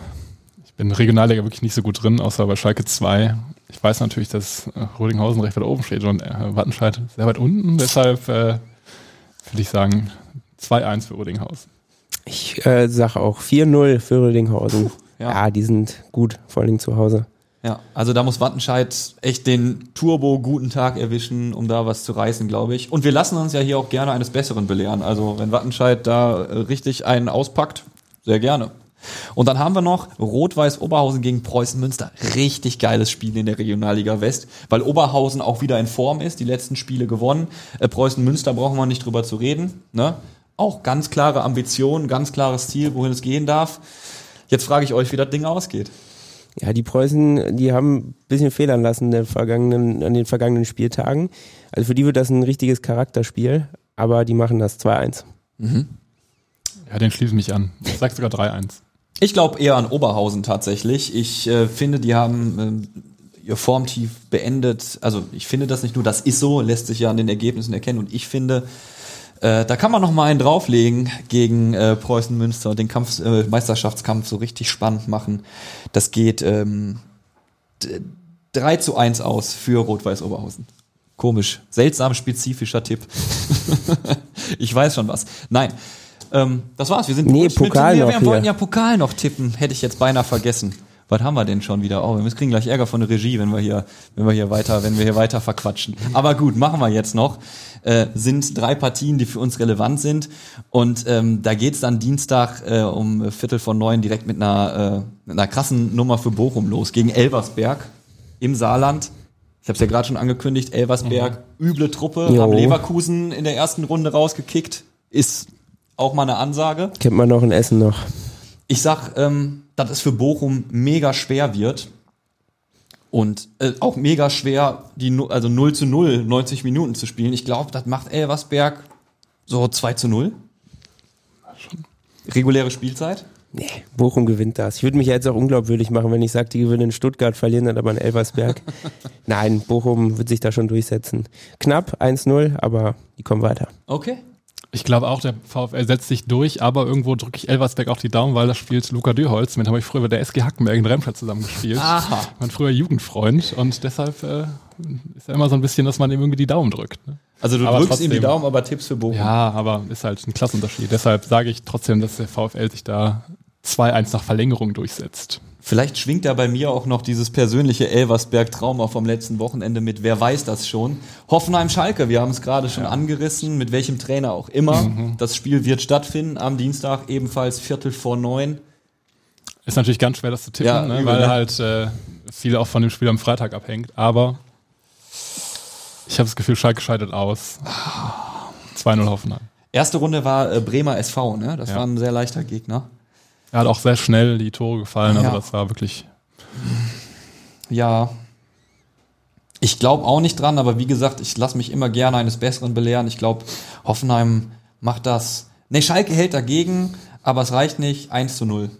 Ich bin in Regionalliga wirklich nicht so gut drin, außer bei Schalke zwei. Ich weiß natürlich, dass äh, Rödinghausen recht weit oben steht und äh, Wattenscheid sehr weit unten. Deshalb äh, würde ich sagen zwei eins für Rödinghausen. Ich äh, sage auch vier null für Rödinghausen. Ja. ja, die sind gut, vor allem zu Hause. Ja, also da muss Wattenscheid echt den Turbo-guten Tag erwischen, um da was zu reißen, glaube ich. Und wir lassen uns ja hier auch gerne eines Besseren belehren. Also wenn Wattenscheid da äh, richtig einen auspackt, sehr gerne. Und dann haben wir noch Rot-Weiß Oberhausen gegen Preußen Münster. Richtig geiles Spiel in der Regionalliga West, weil Oberhausen auch wieder in Form ist, die letzten Spiele gewonnen. Äh, Preußen Münster brauchen wir nicht drüber zu reden. Ne? Auch ganz klare Ambitionen, ganz klares Ziel, wohin es gehen darf. Jetzt frage ich euch, wie das Ding ausgeht. Ja, die Preußen, die haben ein bisschen federn lassen in den vergangenen, an den vergangenen Spieltagen. Also für die wird das ein richtiges Charakterspiel, aber die machen das zwei eins. Mhm. Ja, den schließe ich mich an. Ich sag sogar drei eins. Ich glaube eher an Oberhausen tatsächlich. Ich äh, finde, die haben äh, ihr Formtief beendet. Also ich finde das nicht nur, das ist so, lässt sich ja an den Ergebnissen erkennen. Und ich finde, Äh, da kann man noch mal einen drauflegen gegen äh, Preußen Münster und den Kampf, äh, Meisterschaftskampf so richtig spannend machen. Das geht ähm, d- drei zu eins aus für Rot-Weiß Oberhausen. Komisch, seltsam spezifischer Tipp. Ich weiß schon was. Nein, ähm, das war's. Wir sind nee, durch Pokal mit, noch wir, wir wollten ja Pokal noch tippen. Hätte ich jetzt beinahe vergessen. Was haben wir denn schon wieder? Oh, wir kriegen gleich Ärger von der Regie, wenn wir hier, wenn wir hier weiter, wenn wir hier weiter verquatschen. Aber gut, machen wir jetzt noch. Äh, sind drei Partien, die für uns relevant sind. Und ähm, da geht's dann Dienstag äh, um Viertel vor neun direkt mit einer, äh, mit einer krassen Nummer für Bochum los. Gegen Elversberg im Saarland. Ich habe es ja gerade schon angekündigt. Elversberg, mhm. üble Truppe, jo. haben Leverkusen in der ersten Runde rausgekickt. Ist auch mal eine Ansage. Kennt man noch in Essen noch. Ich sag, ähm, dass es für Bochum mega schwer wird und äh, auch mega schwer, die also null zu null neunzig Minuten zu spielen. Ich glaube, das macht Elversberg so zwei zu null. Reguläre Spielzeit. Nee, Bochum gewinnt das. Ich würde mich ja jetzt auch unglaubwürdig machen, wenn ich sage, die gewinnen in Stuttgart, verlieren dann aber in Elversberg. Nein, Bochum wird sich da schon durchsetzen. Knapp, eins null, aber die kommen weiter. Okay. Ich glaube auch, der VfL setzt sich durch, aber irgendwo drücke ich Elversberg auf die Daumen, weil das spielt Luca Dürholz. Mit dem habe ich früher bei der S G Hackenberg in Remscheid zusammen gespielt. Aha. Mein früher Jugendfreund und deshalb äh, ist ja immer so ein bisschen, dass man ihm irgendwie die Daumen drückt. Ne? Also du aber drückst trotzdem, ihm die Daumen, aber Tipps für Bochum. Ja, aber ist halt ein Klassenunterschied. Deshalb sage ich trotzdem, dass der VfL sich da zwei eins nach Verlängerung durchsetzt. Vielleicht schwingt da bei mir auch noch dieses persönliche Elversberg-Trauma vom letzten Wochenende mit. Wer weiß das schon? Hoffenheim-Schalke, wir haben es gerade schon ja. angerissen, mit welchem Trainer auch immer. Mhm. Das Spiel wird stattfinden am Dienstag, ebenfalls Viertel vor neun. Ist natürlich ganz schwer, das zu tippen, ja, ne? weil ne? halt äh, viel auch von dem Spiel am Freitag abhängt. Aber ich habe das Gefühl, Schalke scheidet aus. zwei null Hoffenheim. Erste Runde war äh, Bremer S V, ne? Das ja. war ein sehr leichter Gegner. Er hat auch sehr schnell die Tore gefallen, also ja. das war wirklich... Ja, ich glaube auch nicht dran, aber wie gesagt, ich lasse mich immer gerne eines Besseren belehren. Ich glaube, Hoffenheim macht das... Ne, Schalke hält dagegen, aber es reicht nicht, eins zu null.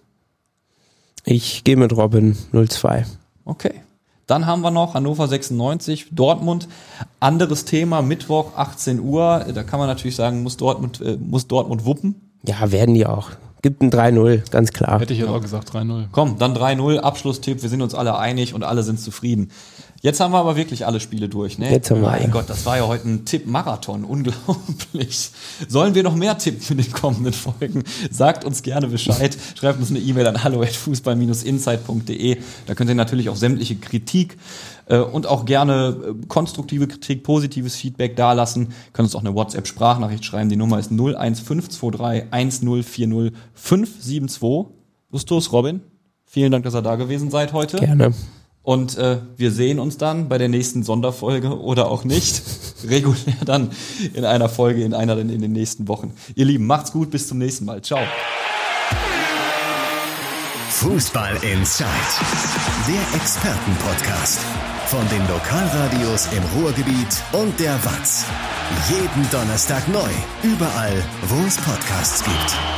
Ich gehe mit Robin, null zwei. Okay. Dann haben wir noch Hannover sechsundneunzig, Dortmund. Anderes Thema, Mittwoch, achtzehn Uhr. Da kann man natürlich sagen, muss Dortmund, äh, muss Dortmund wuppen. Ja, werden die auch. Gibt ein drei null, ganz klar. Hätte ich jetzt auch gesagt, drei null. Komm, dann drei null, Abschlusstipp, wir sind uns alle einig und alle sind zufrieden. Jetzt haben wir aber wirklich alle Spiele durch, ne? Jetzt haben wir. Mein Gott, das war ja heute ein Tipp-Marathon, unglaublich. Sollen wir noch mehr tippen in den kommenden Folgen? Sagt uns gerne Bescheid, schreibt uns eine E-Mail an hallo at fußball Bindestrich insight punkt de. Da könnt ihr natürlich auch sämtliche Kritik äh, und auch gerne äh, konstruktive Kritik, positives Feedback dalassen. Könnt uns auch eine WhatsApp-Sprachnachricht schreiben, die Nummer ist null eins fünf zwei drei eins null vier null fünf sieben zwei. Justus, Robin? Vielen Dank, dass ihr da gewesen seid heute. Gerne. Und äh, wir sehen uns dann bei der nächsten Sonderfolge oder auch nicht. Regulär dann in einer Folge, in einer in den nächsten Wochen. Ihr Lieben, macht's gut, bis zum nächsten Mal. Ciao. Fußball Inside, der Expertenpodcast von den Lokalradios im Ruhrgebiet und der W A Z. Jeden Donnerstag neu, überall, wo es Podcasts gibt.